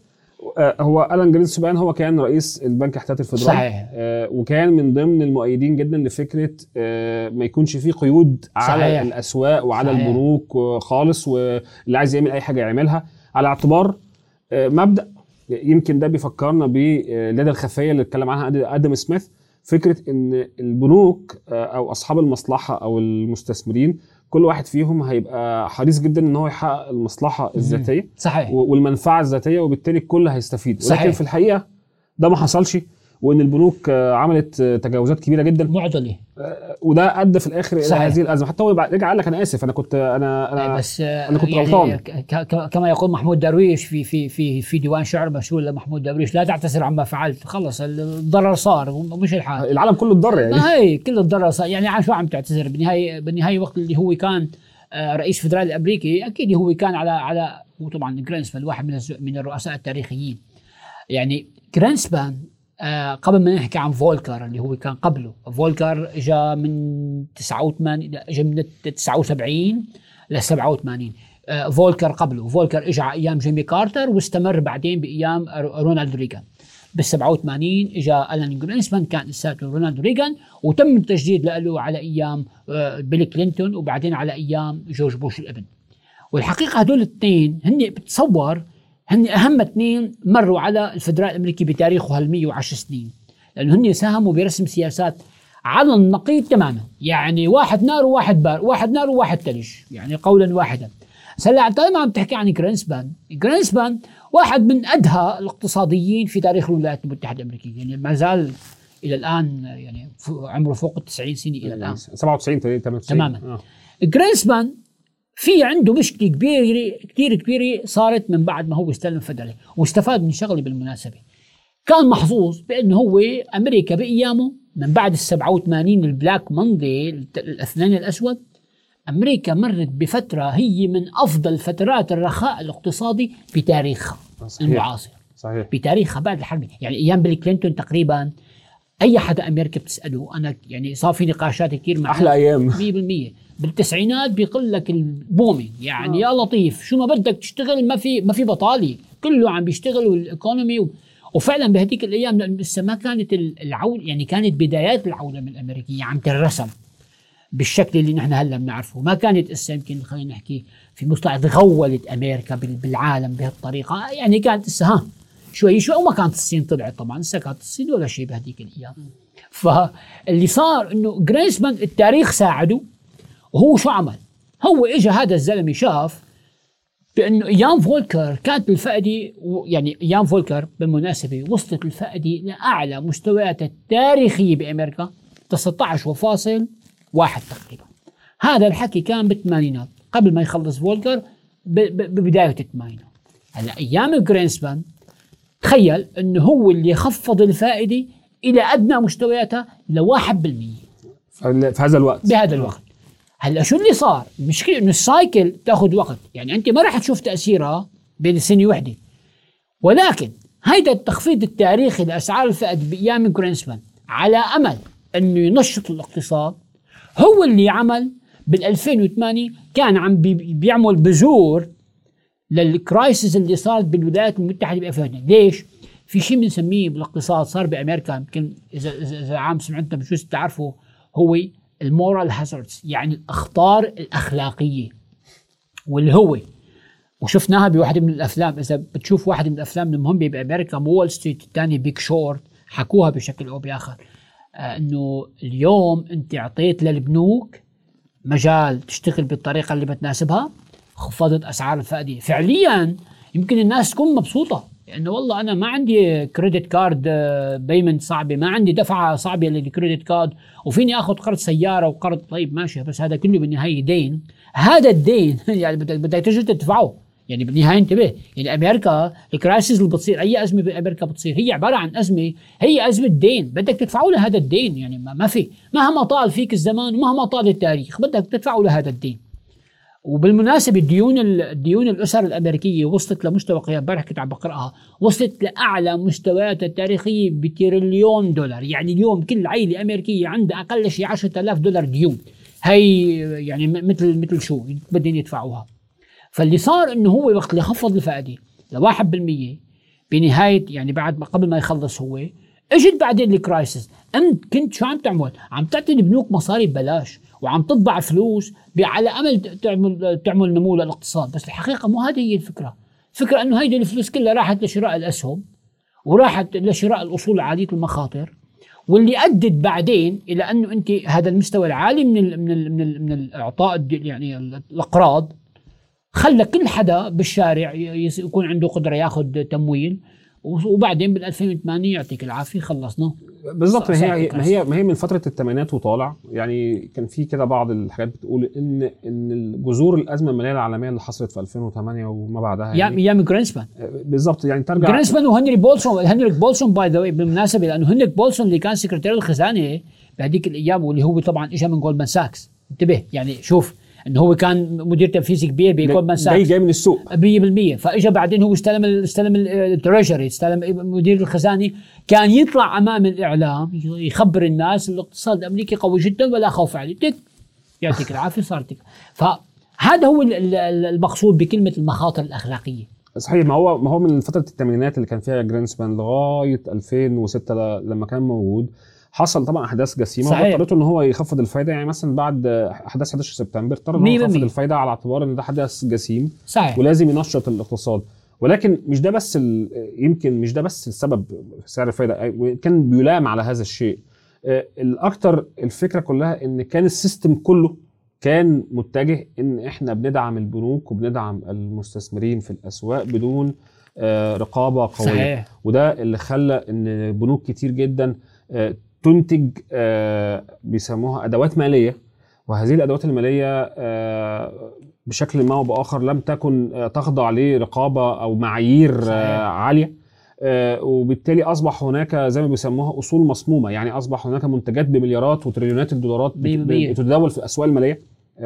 هو ألان جرينسبان هو كان رئيس البنك الاحتياطي الفدرالي. صحيح. وكان من ضمن المؤيدين جدا لفكره ما يكونش فيه قيود على صحيح. الاسواق وعلى صحيح. البنوك خالص، واللي عايز يعمل اي حاجه يعملها، على اعتبار مبدا يمكن ده بيفكرنا باليد الخفيه اللي اتكلم عنها ادم سميث، فكره ان البنوك او اصحاب المصلحه او المستثمرين كل واحد فيهم هيبقى حريص جدا ان هو يحقق المصلحه الذاتيه. صحيح. والمنفعه الذاتيه، وبالتالي الكل هيستفيد. صحيح. ولكن في الحقيقه ده ما حصلش، وان البنوك عملت تجاوزات كبيره جدا معضله، وده ادى في الاخر الى هذه الازمه. حتى هو رجع قال لك انا اسف، انا كنت غلطان. كما يقول محمود درويش في ديوان شعر مشهور لمحمود درويش: لا تعتذر عما فعلت، خلص الضرر صار ومش الحال، العالم كله اتضرر يعني. هي كل الضرر صار، يعني عن شو عم تعتذر؟ بالنهايه وقت اللي هو كان رئيس فدرالي الامريكي، اكيد هو كان على وطبعا جرينسبان واحد من الرؤساء التاريخيين. يعني جرينسبان قبل ما نحكي عن فولكر اللي هو كان قبله، فولكر اجى من 79 ل 87. فولكر قبله، فولكر اجى على ايام جيمي كارتر واستمر بعدين بايام رونالد ريغان. بال 87 اجى ألان جرينسبان كان لساته رونالد ريغان، وتم التجديد له على ايام بيل كلينتون وبعدين على ايام جورج بوش الابن. والحقيقه هدول الاثنين هن بتصور هن أهم اثنين مروا على الفدرالي الأمريكي بتاريخه 110 سنين، لأنه هن ساهموا برسم سياسات على النقيض تماما، يعني واحد نار وواحد بار، واحد نار وواحد ثلج، يعني قولا واحدا. هلا طالما عم تحكي عن جرينسبان واحد من أدهى الاقتصاديين في تاريخ الولايات المتحدة الأمريكية، يعني ما زال إلى الآن يعني عمره فوق 90 سنة إلى الآن، 97 98 تماما. جرينسبان في عنده مشكلة كتير كبيرة صارت من بعد ما هو استلم الفدرالي، واستفاد من شغله بالمناسبة. كان محظوظ بأنه هو أمريكا بأيامه من بعد 87 البلاك ماندي الاثنين الأسود، أمريكا مرت بفترة هي من أفضل فترات الرخاء الاقتصادي في تاريخها المعاصر. صحيح. بتاريخها بعد الحرب، يعني أيام بيل كلينتون تقريبا أي حدا أمريكا بتسأله، أنا يعني صار في نقاشات كتير مع أحلى أيام 100%. بالتسعينات بيقول لك البومينج، يعني يا لطيف شو ما بدك تشتغل، ما في بطالة، كله عم بيشتغل والايكونومي وفعلا بهديك الايام لسه ما كانت العودة، يعني كانت بدايات العودة من الامريكيه عم ترسم بالشكل اللي نحن هلا بنعرفه. ما كانت لسه يمكن خلينا نحكي في مصطلح تغولت امريكا بالعالم بهالطريقه، يعني كانت لسه شوي وما كانت الصين طلعت طبعا، لسه كانت الصين ولا شيء بهديك الايام. فاللي صار انه جرينسبان التاريخ ساعده، وهو شو عمل؟ هو اجى هذا الزلمه شاف بانه ايام فولكر كانت الفائده، يعني ايام فولكر بالمناسبه وصلت الفائده لاعلى مستوياتها التاريخيه بامريكا 19.1 تقريبا. هذا الحكي كان بالثمانينات قبل ما يخلص فولكر ببداية الثمانينات. هلا أيام جرينسبان تخيل أنه هو اللي خفض الفائدة إلى أدنى مستوياتها ل1% في هذا الوقت. بهذا الوقت. هلا شو اللي صار؟ المشكلة إنه السايكل تأخذ وقت، يعني أنت ما راح تشوف تأثيرها بين سنة واحدة، ولكن هيدا التخفيض التاريخي لأسعار الفائدة بأيام جرينسبان على أمل أنه ينشط الاقتصاد هو اللي عمل بال2008 كان عم بيعمل بذور للكرايسيس اللي صارت بالولايات المتحدة ب2002. ليش؟ في شيء بنسميه بالاقتصاد صار بأمريكا، يمكن إذا عام سمعتنا بجوز تعرفوا، هو المورال هازاردز، يعني الأخطار الأخلاقية، واللي هو وشفناها بواحدة من الأفلام. إذا بتشوف واحدة من الأفلام المهمة بأمريكا وول ستريت، الثاني بيك شورت، حكوها بشكل أو بآخر، إنه اليوم أنت أعطيت للبنوك مجال تشتغل بالطريقة اللي بتناسبها، خفضت أسعار الفائدة فعليا. يمكن الناس تكون مبسوطة لأنه والله أنا ما عندي كريدت كارد بيمنت صعبة، ما عندي دفعة صعبة للكريدت كارد، وفيني أخذ قرض سيارة وقرض. طيب ماشي، بس هذا كله بالنهاية دين. هذا الدين يعني بدك تجي تدفعه. يعني بالنهاية انتبه، يعني أمريكا الكرايسيس اللي بتصير، أي أزمة بأمريكا بتصير هي عبارة عن أزمة، هي أزمة دين بدك تدفعه لهذا الدين. يعني ما في، مهما طال فيك الزمان ومهما طال التاريخ بدك تدفعه لهذا الدين. وبالمناسبة الديون الأسر الأمريكية وصلت لمستوى قيام، امبارح كنت عم بقرأها، وصلت لأعلى مستوياتها التاريخية بتريليون دولار. يعني اليوم كل عائلة أمريكية عندها أقل شيء $10,000 ديون. هي يعني مثل شو بدهم يدفعوها. فاللي صار إنه هو وقت اللي خفض الفائدة ل1% بنهاية، يعني بعد ما قبل ما يخلص هو، اجت بعدين الكرايسيس. انت كنت شو عم تعمل؟ عم تعطي البنوك مصاري ببلاش وعم تطبع فلوس على امل تعمل نمو للاقتصاد، بس الحقيقه مو هذه هي الفكره. الفكره انه هيدي الفلوس كلها راحت لشراء الاسهم وراحت لشراء الاصول عاليه المخاطر، واللي ادت بعدين الى انه انت هذا المستوى العالي من الاعطاء، يعني الاقراض، خلى كل حدا بالشارع يكون عنده قدره ياخذ تمويل، وبعدين بال2008 يعطيك العافيه خلصنا. بالضبط. ما هي من فتره الثمانينات وطالع. يعني كان في كده بعض الحاجات بتقول ان جذور الازمه الماليه العالميه اللي حصلت في 2008 وما بعدها، يعني ايام جرينسبان بالضبط. يعني ترجع جرينسبان هنريك بولسون باي ذا واي بالمناسبه، لانه هنريك بولسون اللي كان سكرتير الخزانه بهذيك الايام، واللي هو طبعا اجى من جولدمان ساكس. انتبه، يعني شوف انه هو كان مدير تنفيذي كبير بجولدمان ساكس، جاي من السوق 100%. فاجى بعدين هو استلم التريجري، استلم مدير الخزانه، كان يطلع امام الاعلام يخبر الناس الاقتصاد الامريكي قوي جدا ولا خوف عليه، يعطيك العافيه صارتك. فهذا هو المقصود بكلمه المخاطر الاخلاقيه. صحيح. ما هو من فتره الثمانينات اللي كان فيها جرينسبان لغايه 2006 لما كان موجود، حصل طبعا احداث جسيمه واضطرته ان هو يخفض الفايده. يعني مثلا بعد احداث 11 سبتمبر اضطر ان هو يخفض الفايده على اعتبار ان ده حدث جسيم. صحيح. ولازم ينشط الاقتصاد. ولكن مش ده بس يمكن مش ده بس السبب في سعر الفايده، كان بيلام على هذا الشيء. الاكثر الفكره كلها ان كان السيستم كله كان متجه ان احنا بندعم البنوك وبندعم المستثمرين في الاسواق بدون رقابه قويه. صحيح. وده اللي خلى ان بنوك كتير جدا تنتج بيسموها أدوات مالية، وهذه الأدوات المالية بشكل ما وبآخر لم تكن تخضع لرقابة أو معايير عالية. وبالتالي أصبح هناك زي ما بيسموها أصول مصمومة. يعني أصبح هناك منتجات بمليارات وتريليونات الدولارات بتتداول في الأسواق المالية،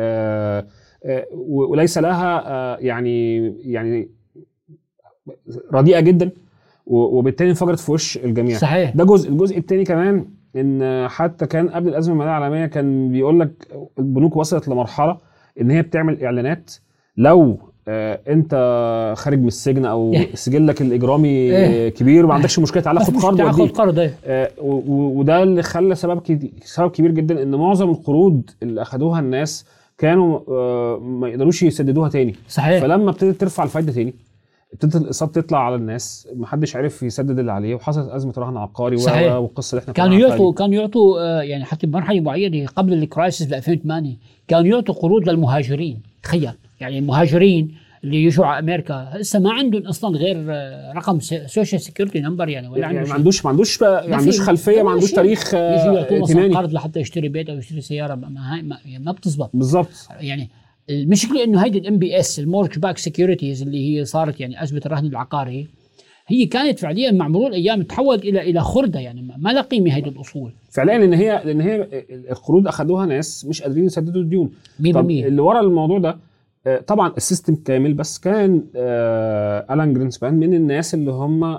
وليس لها يعني رديئة جدا، وبالتالي انفجرت في وش الجميع. صحيح. ده الجزء الثاني كمان، ان حتى كان قبل الازمه الماليه العالميه كان بيقول لك البنوك وصلت لمرحله ان هي بتعمل اعلانات لو انت خارج من السجن او سجلك الاجرامي كبير وما عندكش مشكله، تعالى خد قرض وديه. وده اللي خلى سبب كبير جدا ان معظم القروض اللي اخذوها الناس كانوا ما يقدروش يسددوها تاني. صحيح. فلما ابتدت ترفع الفايده تاني، ابتدت الاقساط تطلع على الناس، محدش عارف يسدد اللي عليه، وحصلت ازمه رهن عقاري والقصه اللي احنا كانوا يعطوا يعني حتى بمرحله معينه قبل الكرايسيس ب 2008 كانوا يعطوا قروض للمهاجرين. تخيل، يعني المهاجرين اللي يجوا على امريكا هسه ما عندهم اصلا غير رقم سوشيال سيكيورتي نمبر يعني، ولا يعني ما عندوش خلفيه، ما عندوش تاريخ ائتماني قرض لحتى يشتري بيت او يشتري سياره. ما بتزبط بالضبط. يعني المشكله انه هيدي الام بي اس المورج باك سيكيورتيز اللي هي صارت يعني ازمه الرهن العقاري، هي كانت فعليا مع مرور الايام تحولت الى خرده، يعني ما لها قيمه هيدي الاصول فعليا، لان هي القروض اخذوها ناس مش قادرين يسددوا الديون. 100%. طب اللي ورا الموضوع ده طبعا السيستم كامل، بس كان ألان جرينسبان من الناس اللي هم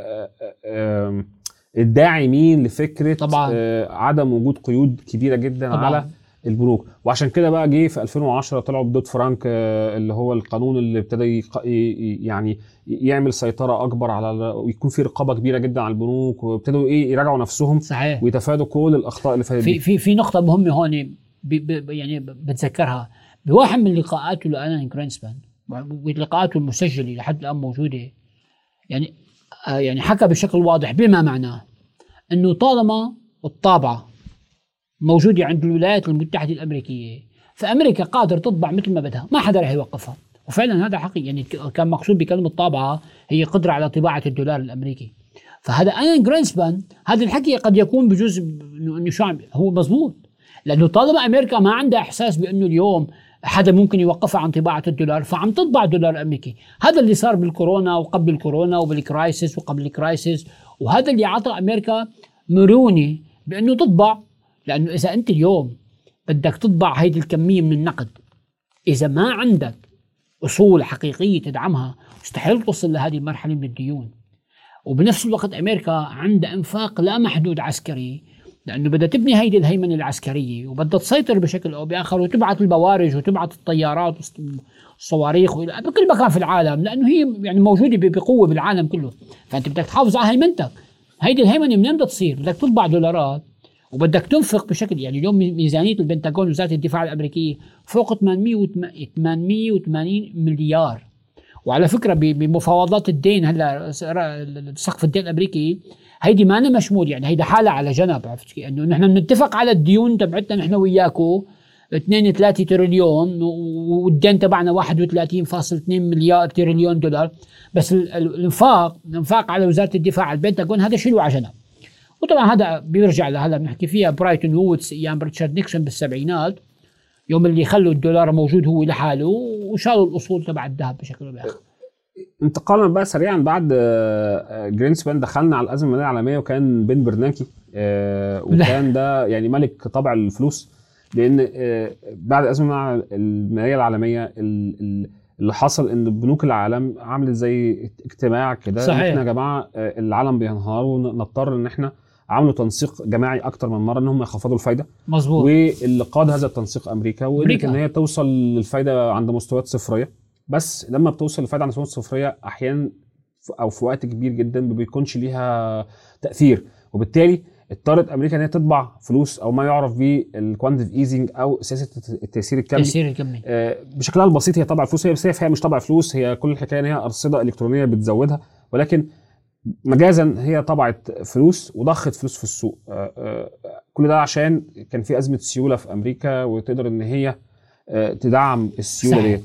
الداعمين لفكره طبعا عدم وجود قيود كبيره جدا طبعا على البنوك. وعشان كده بقى جه في 2010 طلعوا بدوت فرانك اللي هو القانون اللي ابتدى يعني يعمل سيطره اكبر على، ويكون في رقابه كبيره جدا على البنوك، وابتدوا يراجعوا نفسهم. صحيح. ويتفادوا كل الاخطاء اللي فاتت. في نقطه مهمه هون يعني بتذكرها بواحد من لقاءاته لألان جرينسبان، ولقاءاته المسجله لحد الان موجوده، يعني حكى بشكل واضح بما معناه انه طالما الطابعه موجوده عند الولايات المتحده الامريكيه، فامريكا قادر تطبع مثل ما بدها، ما حدا رح يوقفها. وفعلا هذا حقيقي، يعني كان مقصود بكلمه طابعه هي قدره على طباعه الدولار الامريكي. فهذا ألان جرينسبان هذا الحكي قد يكون بجزء انه شو هو مزبوط، لانه طالما امريكا ما عندها احساس بانه اليوم حدا ممكن يوقفها عن طباعه الدولار، فعم تطبع دولار امريكي. هذا اللي صار بالكورونا وقبل الكورونا وبالكرايسيس وقبل الكرايسيس، وهذا اللي عطى امريكا مرونه بانه تطبع. لانه اذا انت اليوم بدك تطبع هيدي الكميه من النقد، اذا ما عندك اصول حقيقيه تدعمها، مستحيل توصل لهذه المرحله من الديون. وبنفس الوقت امريكا عندها انفاق لا محدود عسكري، لانه بدها تبني هيدي الهيمنه العسكريه، وبدها تسيطر بشكل او باخر، وتبعث البوارج وتبعث الطيارات والصواريخ بكل مكان في العالم، لانه هي يعني موجوده بقوه بالعالم كله. فانت بدك تحافظ على هيمنتك. هيدي الهيمنه منين بدها تصير؟ بدك تطبع دولارات، وبدك تنفق بشكل، يعني اليوم ميزانيه البنتاغون وزاره الدفاع الامريكيه فوق 880 مليار. وعلى فكره بمفاوضات الدين هلا سقف الدين الامريكي هيدي ما أنا مشمول، يعني هيدا حالة على جنب. عرفت كيف؟ انه نحن بنتفق على الديون تبعتنا نحن وياكو 2-3 تريليون، والدين تبعنا 31.2 مليار تريليون دولار، بس الانفاق على وزارة الدفاع على البنتاغون هذا شيله على جنب. وطبعا هذا بيرجع لهلا بنحكي فيها برايتون وودز ايام ريتشارد نيكسون بالسبعينات، يوم اللي خلوا الدولار موجود هو لحاله وشالوا الاصول تبع الذهب بشكل او باخر. انتقالا بقى سريعا بعد جرينسبان دخلنا على الازمه الماليه العالميه، وكان بن برنانكي وكان ده يعني ملك طبع الفلوس، لان بعد الازمه الماليه العالميه اللي حصل ان بنوك العالم عملت زي اجتماع كده، احنا يا جماعه العالم بينهار ونضطر ان احنا عملوا تنسيق جماعي اكتر من مره ان هم يخفضوا الفايده. مظبوط. واللي قاد هذا التنسيق امريكا، وقدرت ان هي توصل للفايده عند مستويات صفريه. بس لما بتوصل لفايده عند مستويات صفريه احيانا او في وقت كبير جدا ما بيكونش ليها تاثير، وبالتالي اضطرت امريكا ان هي تطبع فلوس او ما يعرف بالكوانتيتيف ايزنج او سياسه التيسير الكمي. بشكلها البسيط هي طبع فلوس، بس هي مش طبع فلوس، هي كل الحكايه ان هي ارصده الكترونيه بتزودها، ولكن مجازا هي طبعت فلوس وضخت فلوس في السوق. كل ده عشان كان في ازمه سيوله في امريكا، وتقدر ان هي تدعم السيوله ديت.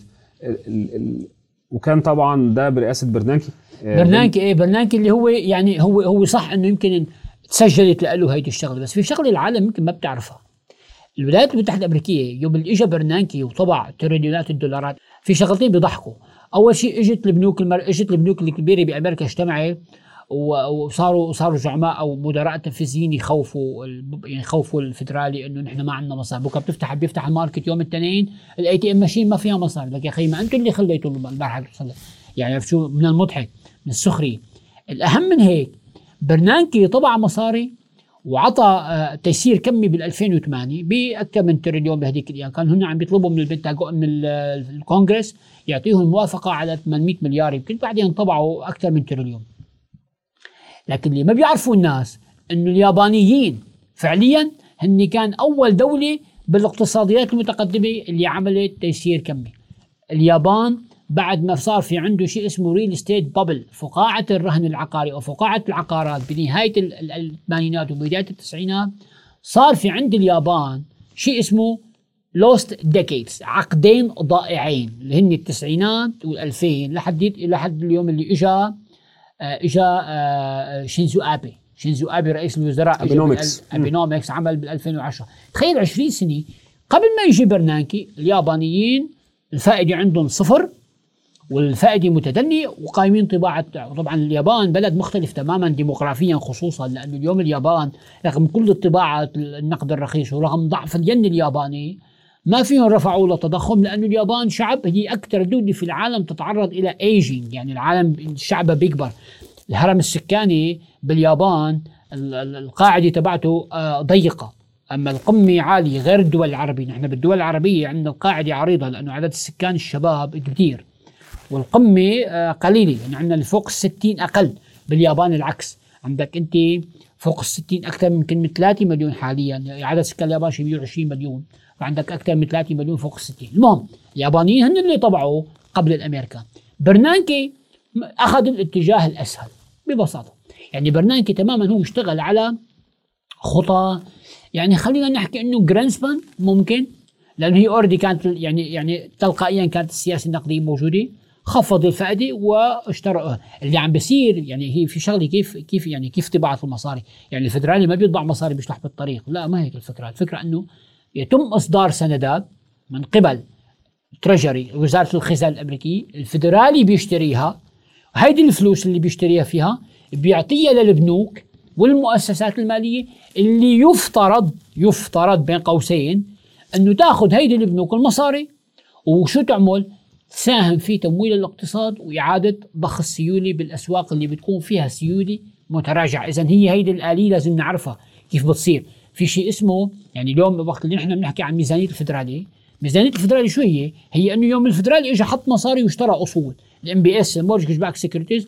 وكان طبعا ده برئاسه برنانكي. برنانكي اللي هو يعني هو صح انه يمكن تسجلت له هيدي الشغله، بس في شغله العالم يمكن ما بتعرفها. الولايات المتحده الامريكيه يوم اللي اجى برنانكي وطبع تريليونات الدولارات، في شغلتين بيضحكوا. اول شيء اجت البنوك الكبيره بامريكا اجتمعت وصاروا زعماء او مدراء تنفيذيين يخوفوا الفدرالي انه نحن ما عندنا مصاري. بكره بيفتح الماركت يوم الاثنين الاي تي ام ماشين ما فيها مصاري. لك يا اخي ما انتم اللي خليتوا المرحله تصل. يعني شو من المضحك من السخريه. الاهم من هيك برنانكي طبع مصاري وعطى تيسير كمي بال 2008 باكثر من تريليون. بهذيك الايام كانوا هن عم بيطلبوا من الكونغرس يعطيهم موافقه على 800 مليار يمكن، بعدين طبعوا اكثر من تريليون. لكن اللي ما بيعرفوا الناس انه اليابانيين فعليا هن كان اول دوله بالاقتصاديات المتقدمه اللي عملت تيسير كمي. اليابان بعد ما صار في عنده شيء اسمه ريل استيت بابل، فقاعه الرهن العقاري او فقاعه العقارات بنهايه الثمانينات وبدايه التسعينات، صار في عند اليابان شيء اسمه lost decades، عقدين ضائعين اللي هن التسعينات وال2000 لحد اليوم اللي اجا شينزو ابي رئيس الوزراء ابينومكس عمل بال2010. تخيل 20 سنه قبل ما يجي برنانكي اليابانيين الفائده عندهم صفر والفائده متدنيه وقايمين طباعه. طبعا اليابان بلد مختلف تماما ديموغرافيا، خصوصا لانه اليوم اليابان رغم كل الطباعه النقد الرخيص ورغم ضعف الين الياباني ما فيهم رفعوا له تضخم، لانه اليابان شعب هي اكثر دوله في العالم تتعرض الى ايجينج، يعني العالم الشعب بيكبر. الهرم السكاني باليابان القاعده تبعته ضيقه، اما القمه عاليه غير الدول العربيه. نحن بالدول العربيه عندنا القاعده عريضه لانه عدد السكان الشباب كثير والقمه قليله، يعني عندنا اللي فوق ال60 اقل. باليابان العكس، عندك انت فوق ال60 اكثر من كلمه 3 مليون حاليا، عدد سكان اليابان شيء 120 مليون، فعندك اكثر من 3 مليون فوق ال60. المهم اليابانيين هن اللي طبعوا قبل الامريكان. برنانكي اخذ الاتجاه الاسهل ببساطه، يعني برنانكي تماما هو اشتغل على خطى، يعني خلينا نحكي انه جرينسبان ممكن، لانه هي اوريدي كانت يعني تلقائيا كانت السياسه النقديه موجوده، خفض الفائده واشترى. اللي عم بيصير يعني هي في شغله كيف طباعه المصاري، يعني الفدرالي ما بيطبع مصاري بيشلح بالطريق، لا ما هيك الفكره انه يتم اصدار سندات من قبل تريجري وزاره الخزانه الامريكيه، الفدرالي بيشتريها، وهيدي الفلوس اللي بيشتريها فيها بيعطيها للبنوك والمؤسسات الماليه اللي يفترض بين قوسين انه تاخذ هيدي البنوك المصاري وشو تعمل؟ تساهم في تمويل الاقتصاد واعاده ضخ السيوله بالاسواق اللي بتكون فيها سيوله متراجعه. اذا هيدي الاليه لازم نعرفها كيف بتصير. في شيء اسمه يعني اليوم وقت اللي نحن بنحكي عن ميزانيه الفدرالي، ميزانيه الفدرالي شو هي انه يوم الفدرالي اجى حط مصاري واشترى اصول الام بي اس مورجج باك سيكوريتيز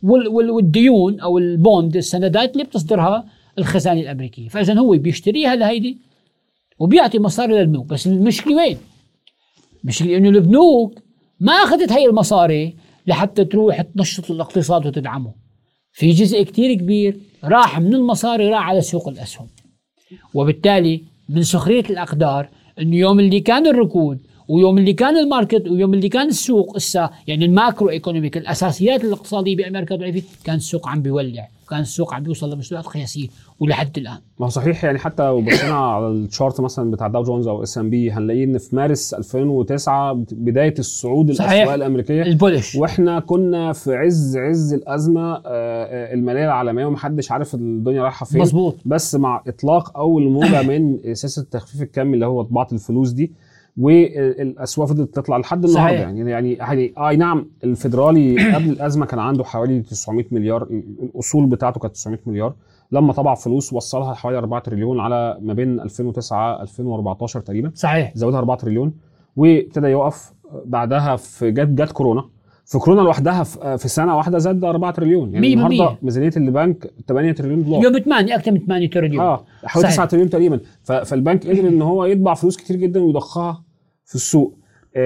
والديون او البوند السندات اللي بتصدرها الخزانه الامريكيه، فاذا هو بيشتريها لهيدي وبيعطي مصاري للبنوك. بس المشكله وين؟ المشكله انه البنوك ما اخذت هي المصاري لحتى تروح تنشط الاقتصاد وتدعمه. في جزء كتير كبير راح من المصاري راح على سوق الاسهم، وبالتالي من سخريه الاقدار انه يوم اللي كان الركود ويوم اللي كان الماركت ويوم اللي كان السوق يعني الماكرو ايكونوميك الاساسيات الاقتصاديه بامريكا ضعيفه، كان السوق عم بيولع، كان السوق عم بيوصل لمستويات قياسيه ولحد الان. ما هو صحيح، يعني حتى لو بصينا على الشارت مثلا بتاع داو جونز او اس ام بي هنلاقي ان في مارس 2009 بدايه الصعود الاسواق الامريكيه البولش، واحنا كنا في عز الازمه الماليه العالميه ومحدش عارف الدنيا رايحه فين. مظبوط. بس مع اطلاق اول موجه من سياسه التخفيف الكمي اللي هو طباعه الفلوس دي، والاسواق فضلت تطلع لحد النهارده. يعني اي نعم الفيدرالي قبل الازمه كان عنده حوالي 900 مليار، الاصول بتاعته كانت 900 مليار، لما طبع فلوس وصلها حوالي 4 تريليون على ما بين 2009 2014 تقريبا. صحيح. زودها 4 تريليون وابتدى يقف. بعدها في جت كورونا. في كورونا لوحدها في سنه واحده زاد 4 تريليون. يعني النهارده ميزانيه البنك 8 تريليون دولار، اليوم 8 اكثر من 8 تريليون، حوالي 9 تريليون تقريبا. فالبنك قدر ان هو يطبع فلوس كتير جدا ويضخها في السوق.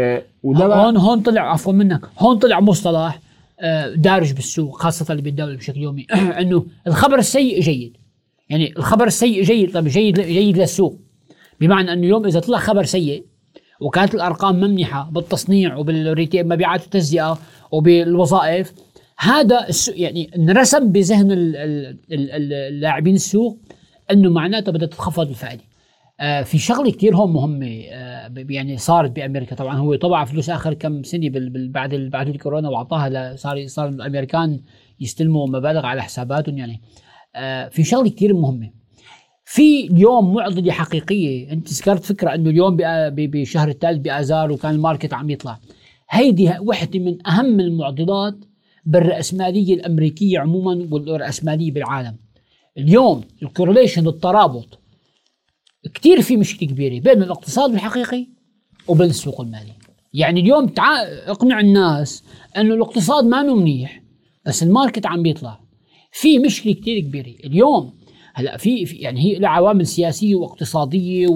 وده هون طلع عفوا منك، هون طلع مصطلح دارج بالسوق خاصه اللي بيتداول بشكل يومي انه الخبر السيء جيد. يعني الخبر السيء جيد، طيب جيد للسوق، بمعنى انه اليوم اذا طلع خبر سيء وكانت الارقام ممنحه بالتصنيع وبالريتيل مبيعات التجزئه وبالوظائف، هذا يعني انرسم بذهن اللاعبين السوق انه معناته بدها تتخفض الفائده. في شغله كتير هون مهمه يعني صارت بامريكا. طبعا هو طبع فلوس اخر كم سنه بعد الكورونا واعطاها صار الامريكان يستلموا مبالغ على حساباتهم. يعني في شغله كتير مهمه. في اليوم معضله حقيقيه، انت ذكرت فكره انه اليوم بشهر الثالث باذار وكان الماركت عم يطلع. هيدي وحده من اهم المعضلات بالراسماليه الامريكيه عموما والراسماليه بالعالم. اليوم الكورليشن، الترابط كتير في مشكله كبيره بين الاقتصاد الحقيقي وبين السوق المالي. يعني اليوم اقنع الناس انه الاقتصاد ما منيح بس الماركت عم بيطلع. في مشكله كتير كبيره اليوم. هلا في يعني هي لها عوامل سياسيه واقتصاديه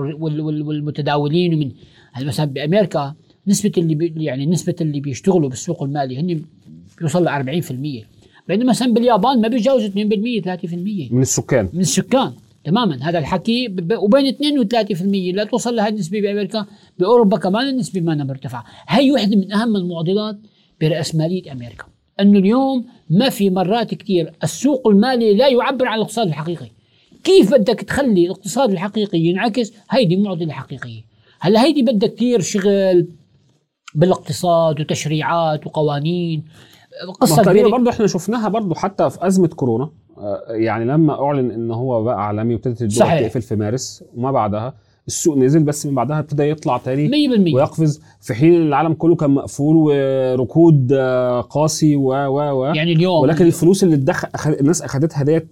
والمتداولين ومن هلا مثلا بامريكا نسبه اللي بيشتغلوا بالسوق المالي هن بيوصل ل 40%، بينما مثلا باليابان ما بيتجاوز 2% 3% من السكان. تماما هذا الحكي وبين 2 و3% لا توصل لهذه النسبة بأمريكا. بأوروبا كمان النسبة ما مرتفعة. هي واحدة من أهم المعضلات برأسمالية أمريكا، أنه اليوم ما في مرات كتير السوق المالي لا يعبر عن الاقتصاد الحقيقي. كيف بدك تخلي الاقتصاد الحقيقي ينعكس؟ هيدي معضلة حقيقية. هلا هيدي بدها كتير شغل بالاقتصاد وتشريعات وقوانين. قصة كبيرة برضو احنا شفناها برضو حتى في أزمة كورونا. يعني لما أعلن إن هو بقى عالمي وابتدت الدول تقفل في مارس وما بعدها السوق نزل، بس من بعدها ابتدى يطلع تاني 100% ويقفز، في حين العالم كله كان مقفول وركود قاسي يعني اليوم ولكن الفلوس اللي الناس أخدتها ديت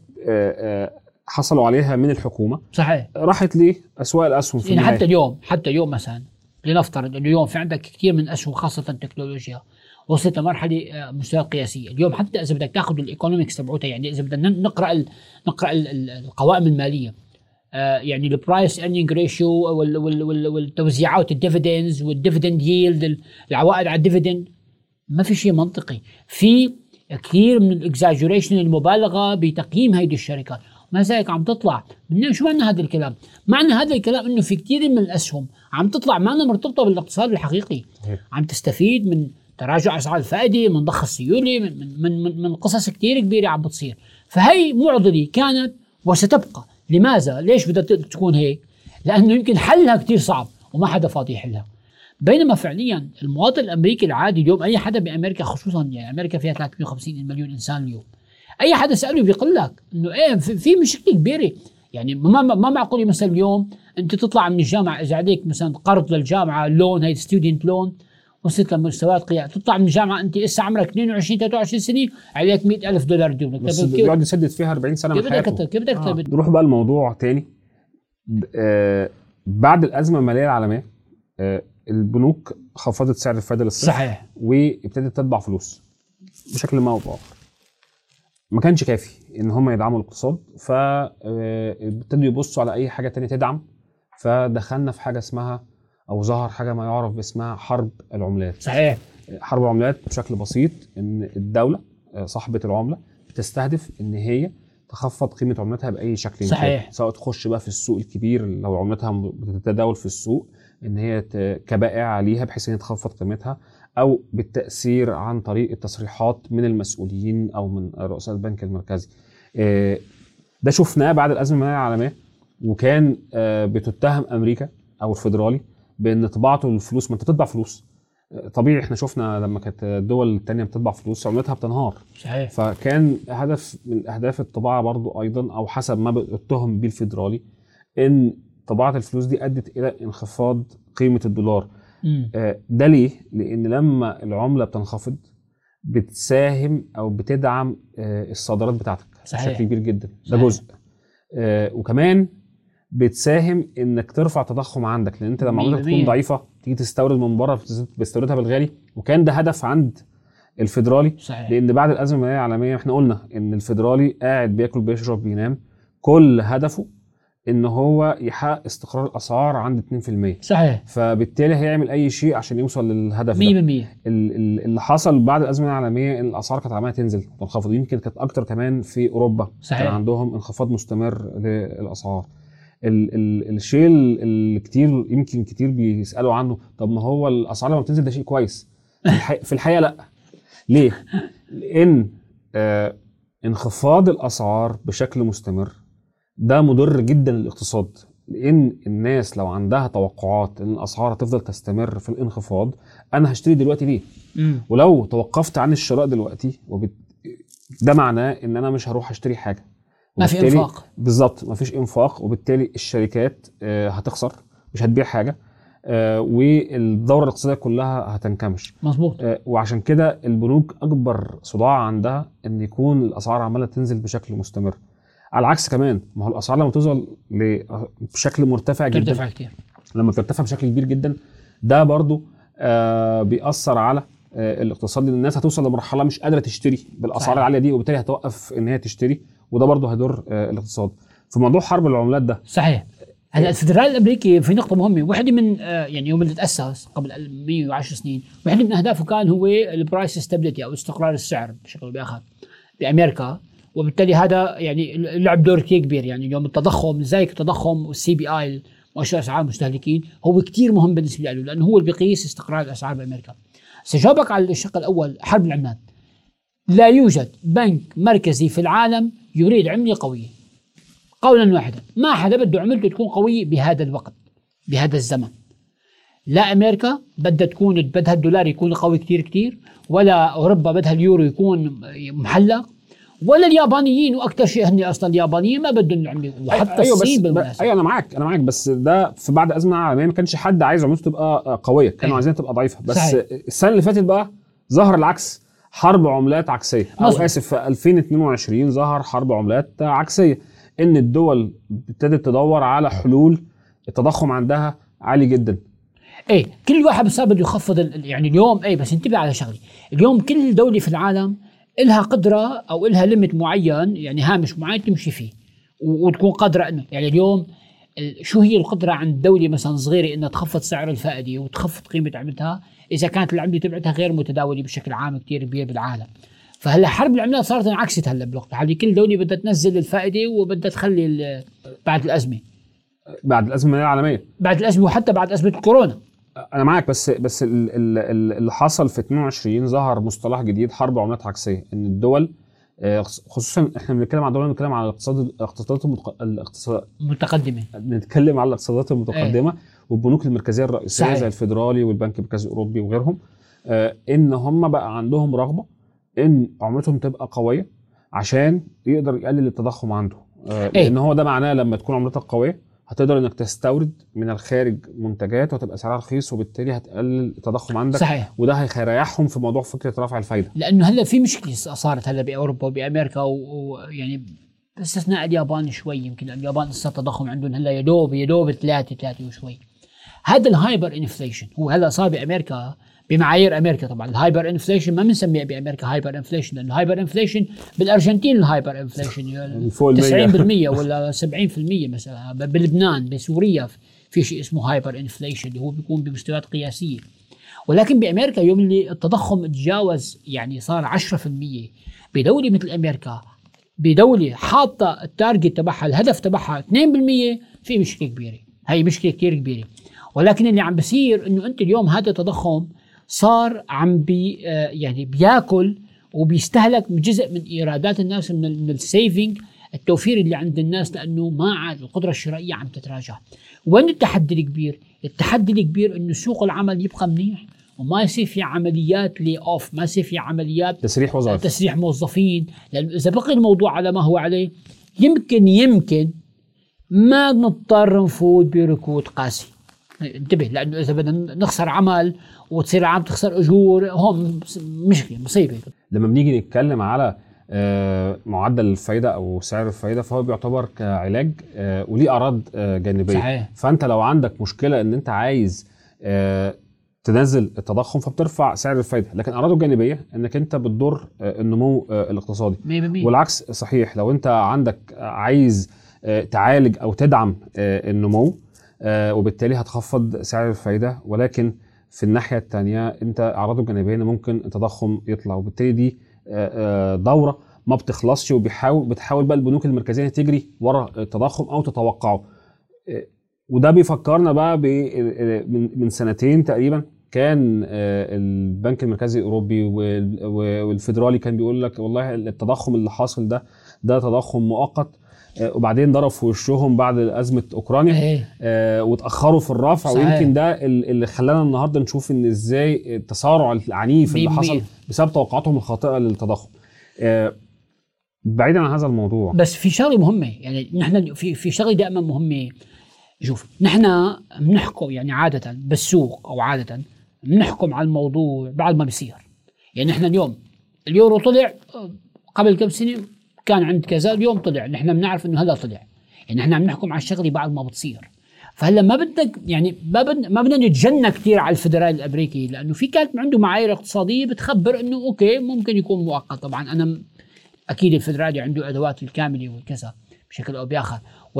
حصلوا عليها من الحكومة صحيح راحت لأسواق الأسهم في يعني حتى اليوم مثلا لنفترض انه اليوم في عندك كثير من اسهم خاصه التكنولوجيا وصلت لمرحله مستويات قياسيه. اليوم حتى اذا بدك تاخذ الايكونومكس تبعتها، يعني اذا بدنا نقرا القوائم الماليه، يعني البرايس ايرنينج ريشيو والتوزيعات الديفيدندز والديفيدند ييلد، العوائد على الديفيدند، ما في شيء منطقي. في كثير من الاكزاجوريشن المبالغه بتقييم هذه الشركات، ما ذلك عم تطلع. شو معنى هذا الكلام؟ معنى هذا الكلام انه في كثير من الاسهم عم تطلع معنا مرتبطه بالاقتصاد الحقيقي، عم تستفيد من تراجع اسعار الفائده، من ضخ السيوله، من قصص كثير كبيره عم بتصير. فهي معضله كانت وستبقى. لماذا؟ ليش بدها تكون هيك؟ لانه يمكن حلها كثير صعب وما حدا فاضي يحلها. بينما فعليا المواطن الامريكي العادي اليوم، اي حدا بامريكا خصوصا، يعني امريكا فيها 350 مليون انسان اليوم، اي حدا ساله بيقول لك انه ايه في مشكله كبيره. يعني ما معقول مثلا اليوم انت تطلع من الجامعه اذا عليك مثلا قرض للجامعه لون، هي ستودنت لون، وصلت لمستويات قياس، تطلع من الجامعه انت لسه عمرك 22 23 سنه عليك $100,000 ديونك، بس بيقعد يسدد فيها 40 سنه من حياته. كيف بدك نروح بقى الموضوع تاني. بعد الازمه الماليه العالميه البنوك خفضت سعر الفائده للصرف، صحيح، وابتدت تطبع فلوس بشكل ما او باخر. ما كانش كافي ان هم يدعموا الاقتصاد، فابتدوا يبصوا على اي حاجه تانية تدعم. فدخلنا في حاجه اسمها، او ظهر حاجه ما يعرف باسمها حرب العملات. صحيح. حرب العملات بشكل بسيط ان الدوله صاحبه العمله بتستهدف ان هي تخفض قيمه عملتها باي شكل. صحيح. سواء تخش بقى في السوق الكبير لو عملتها بتتداول في السوق، ان هي كبائع عليها بحيث ان هي تخفض قيمتها، او بالتاثير عن طريق التصريحات من المسؤولين او من رؤساء البنك المركزي. ده شفناه بعد الازمه الماليه العالميه، وكان بتتهم امريكا او الفيدرالي بان طباعته الفلوس، ما انت بتطبع فلوس طبيعي. احنا شفنا لما كانت الدول التانية بتطبع فلوس عملتها بتنهار. صحيح. فكان هدف من اهداف الطباعه برضو ايضا، او حسب ما بتتهم بيه الفيدرالي، ان طباعه الفلوس دي ادت الى انخفاض قيمه الدولار. ده ليه؟ لان لما العمله بتنخفض بتساهم او بتدعم الصادرات بتاعتك. صحيح. بشكل كبير جدا. ده جزء. وكمان بتساهم انك ترفع التضخم عندك، لان انت لما عملتك تكون ضعيفه تيجي تستورد من بره بتستوردها بالغالي. وكان ده هدف عند الفيدرالي. صحيح. لان بعد الازمه الماليه العالميه احنا قلنا ان الفيدرالي قاعد بياكل بيشرب بينام، كل هدفه ان هو يحقق استقرار الاسعار عند 2%. صحيح. فبالتالي هيعمل اي شيء عشان يوصل للهدف 100%. ده. اللي حصل بعد الازمه العالميه ان الاسعار كانت عماله تنزل وتنخفض، يمكن كانت اكتر كمان في اوروبا. صحيح. كان عندهم انخفاض مستمر للاسعار. الشيء اللي يمكن كتير بيسالوا عنه، طب ما هو الاسعار لما بتنزل ده شيء كويس؟ في الحقيقه لا. ليه؟ لان انخفاض الاسعار بشكل مستمر ده مضر جدا للاقتصاد، لان الناس لو عندها توقعات ان الاسعار هتفضل تستمر في الانخفاض، انا هشتري دلوقتي ليه؟ ولو توقفت عن الشراء دلوقتي ده معناه ان انا مش هروح اشتري حاجه، ما في انفاق. بالظبط، ما فيش انفاق، وبالتالي الشركات هتخسر، مش هتبيع حاجه، والدوره الاقتصاديه كلها هتنكمش. مظبوط. وعشان كده البنوك اكبر صداع عندها ان يكون الاسعار عماله تنزل بشكل مستمر. على العكس كمان، ما هو الاسعار لما توصل بشكل مرتفع جدا، ترتفع كتير. لما بترتفع بشكل كبير جدا ده برضو بيأثر على الاقتصاد، لان الناس هتوصل لمرحله مش قادره تشتري بالاسعار العاليه دي، وبالتالي هتوقف ان هي تشتري، وده برضو هيضر الاقتصاد. في موضوع حرب العملات ده صحيح. هلا الفدرالي الامريكي في نقطه مهمه، واحده من يعني يوم اللي تاسس قبل 110 سنين، واحده من اهدافه كان هو البرايس ستابيليتي او استقرار السعر بشكل باخر بامريكا. وبالتالي هذا يعني لعب دور كثير كبير. يعني اليوم التضخم لذلك التضخم والسي بي اي مؤشر اسعار المستهلكين هو كثير مهم بالنسبه له، لانه هو اللي بيقيس استقرار الاسعار بامريكا. سجاوبك على الشق الاول، حرب العملات. لا يوجد بنك مركزي في العالم يريد عمله قويه قولا واحدا، ما حدا بده عملته تكون قويه بهذا الوقت بهذا الزمن. لا امريكا بدها الدولار يكون قوي كثير كثير، ولا اوروبا بدها اليورو يكون محلق، ولا اليابانيين، واكثر شيء هن اصلا اليابانيين ما بدهم العمله، وحتى الصين بالمناسبه. ايوه انا معك بس ده في بعد ازمه عالميه ما كانش حد عايز عملته تبقى قويه، كانوا عايزينها تبقى ضعيفه. بس صحيح. السنه اللي فاتت بقى ظهر العكس، حرب عملات عكسيه، او اسف في 2022 ظهر حرب عملات عكسيه، ان الدول ابتدت تدور على حلول. التضخم عندها عالي جدا. كل واحد صار بده يخفض يعني اليوم بس انتبه على شغله، اليوم كل دوله في العالم إلها قدرة أو إلها ليميت معين، يعني هامش معين تمشي فيه وتكون قادرة إنه يعني اليوم شو هي القدرة عند دولة مثلا صغيرة إنها تخفض سعر الفائدة وتخفض قيمة عملتها إذا كانت العملة تبعتها غير متداولة بشكل عام كتير كبير بالعالم. فهلا حرب العملات صارت انعكست هلا بالوقت الحالي، كل دولة بدها تنزل الفائدة وبدها تخلي بعد الأزمة العالمية، بعد الأزمة وحتى بعد أزمة الكورونا. انا معك، بس اللي حصل في 22 ظهر مصطلح جديد، حرب عملات عكسيه، ان الدول خصوصا احنا بنتكلم عن دول، بنتكلم على الاقتصادات المتقدمه، بنتكلم على الاقتصادات المتقدمه والبنوك المركزيه الرئيسيه صحيح. زي الفيدرالي والبنك المركزي الاوروبي وغيرهم، ان هم بقى عندهم رغبه ان عملتهم تبقى قويه عشان يقدر يقلل التضخم عنده. لان هو ده معناه لما تكون عملتك قويه هتقدر انك تستورد من الخارج منتجات وتبقى سعرها رخيص، وبالتالي هتقلل التضخم عندك صحيح. وده هيريحهم في موضوع فكره رفع الفايده، لانه هلا في مشكله صارت هلا باوروبا وبامريكا ويعني باستثناء اليابان شوي، يمكن اليابان لسه التضخم عندهم هلا يدوب 3 وشوي. هذا الهايبر انفليشن هو هلا صار بامريكا بمعايير امريكا. طبعا الهايبر انفليشن ما بنسميه بامريكا هايبر انفليشن، لانه الهايبر انفليشن بالارجنتين الهايبر انفليشن 90% ولا 70% مثلا، بلبنان بسوريا في شيء اسمه هايبر انفليشن اللي هو بيكون بمستويات قياسيه. ولكن بامريكا يوم اللي التضخم تجاوز يعني صار 10% بدوله مثل امريكا، بدوله حاطه التارجت تبعها الهدف تبعها 2%، في مشكله كبيره، هي مشكله كثير كبيره. ولكن اللي عم بصير انه انت اليوم هذا التضخم صار عم يعني بياكل وبيستهلك جزء من ايرادات الناس، من السيفنج، التوفير اللي عند الناس، لانه ما عاد القدره الشرائيه عم تتراجع. وين التحدي الكبير؟ التحدي الكبير انه سوق العمل يبقى منيح وما يصير في عمليات لي اوف، ما يصير في عمليات تسريح موظفين، لانه اذا بقي الموضوع على ما هو عليه يمكن ما نضطر نفوت بركود قاسي. انتبه، لانه اذا بدنا نخسر عمل وتصير العام تخسر اجور، هون مشكله مصيبه. لما بنيجي نتكلم على معدل الفايده او سعر الفايده، فهو بيعتبر كعلاج وليه اعراض جانبيه صحيح. فانت لو عندك مشكله ان انت عايز تنزل التضخم فبترفع سعر الفايده، لكن اعراضه الجانبيه انك انت بتضر النمو الاقتصادي. 100%. والعكس صحيح، لو انت عندك عايز تعالج او تدعم النمو وبالتالي هتخفض سعر الفايده، ولكن في الناحيه الثانيه انت اعراضه الجانبيه ممكن التضخم يطلع، وبالتالي دي دوره ما بتخلصش، بتحاول بقى البنوك المركزيه تجري ورا التضخم او تتوقعه. وده بيفكرنا بقى من سنتين تقريبا كان البنك المركزي الاوروبي والفيدرالي كان بيقول لك والله التضخم اللي حاصل ده تضخم مؤقت، وبعدين ضرب في وشهم بعد أزمة أوكرانيا وتأخروا في الرفع صحيح. ويمكن ده اللي خلانا النهاردة نشوف إن إزاي التسارع العنيف اللي حصل بسبب توقعاتهم الخاطئة للتضخم. بعيدا عن هذا الموضوع، بس في شغلة مهمة، يعني نحن في شغلة دائما مهمة. شوف، نحن بنحكم يعني عادة بالسوق أو عادة بنحكم على الموضوع بعد ما بيصير. يعني نحن اليوم اليورو طلع قبل كم سنة كان عند كذا، اليوم طلع، نحن بنعرف انه هلا طلع، يعني نحن عم نحكم على الشغله بعد ما بتصير. فهلا ما بدك يعني ما بدنا نتجنى كثير على الفدرالي الامريكي، لانه في كانت عنده معايير اقتصاديه بتخبر انه اوكي ممكن يكون مؤقت. طبعا انا اكيد الفدرالي عنده ادوات الكامله والكذا بشكل او باخر،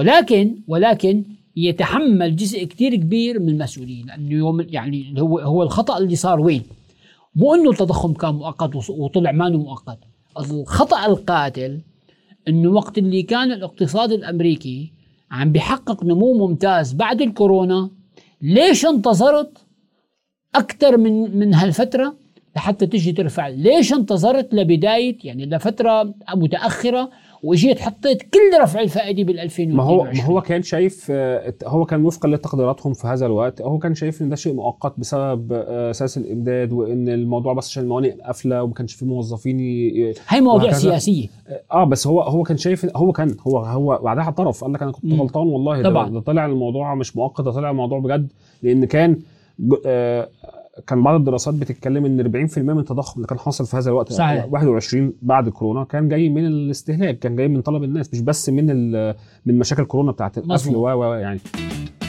ولكن يتحمل جزء كثير كبير من المسؤوليه، لانه يوم يعني هو الخطا اللي صار وين؟ مو انه التضخم كان مؤقت وطلع ما انه مؤقت. الخطا القاتل انه وقت اللي كان الاقتصاد الامريكي عم بيحقق نمو ممتاز بعد الكورونا، ليش انتظرت اكثر من هالفتره لحتى تيجي ترفع؟ ليش انتظرت لبدايه يعني لفتره متاخره واجيت حطيت كل رفع الفائده بال 2022؟ ما هو كان شايف، هو كان وفقا لتقديراتهم في هذا الوقت، هو كان شايف ان ده شيء مؤقت بسبب سلاسل الامداد، وان الموضوع بس عشان الموانئ قافله وما كانش في موظفين هي مواضيع سياسيه. بس هو كان شايف، هو بعدها اعترف قال لك انا كنت غلطان والله. ده طلع الموضوع مش مؤقت، ده طلع الموضوع بجد، لان كان بعض الدراسات بتتكلم ان 40% من التضخم اللي كان حاصل في هذا الوقت صحيح. 21 بعد كورونا كان جاي من الاستهلاك، كان جاي من طلب الناس، مش بس من مشاكل كورونا بتاعت القفل يعني.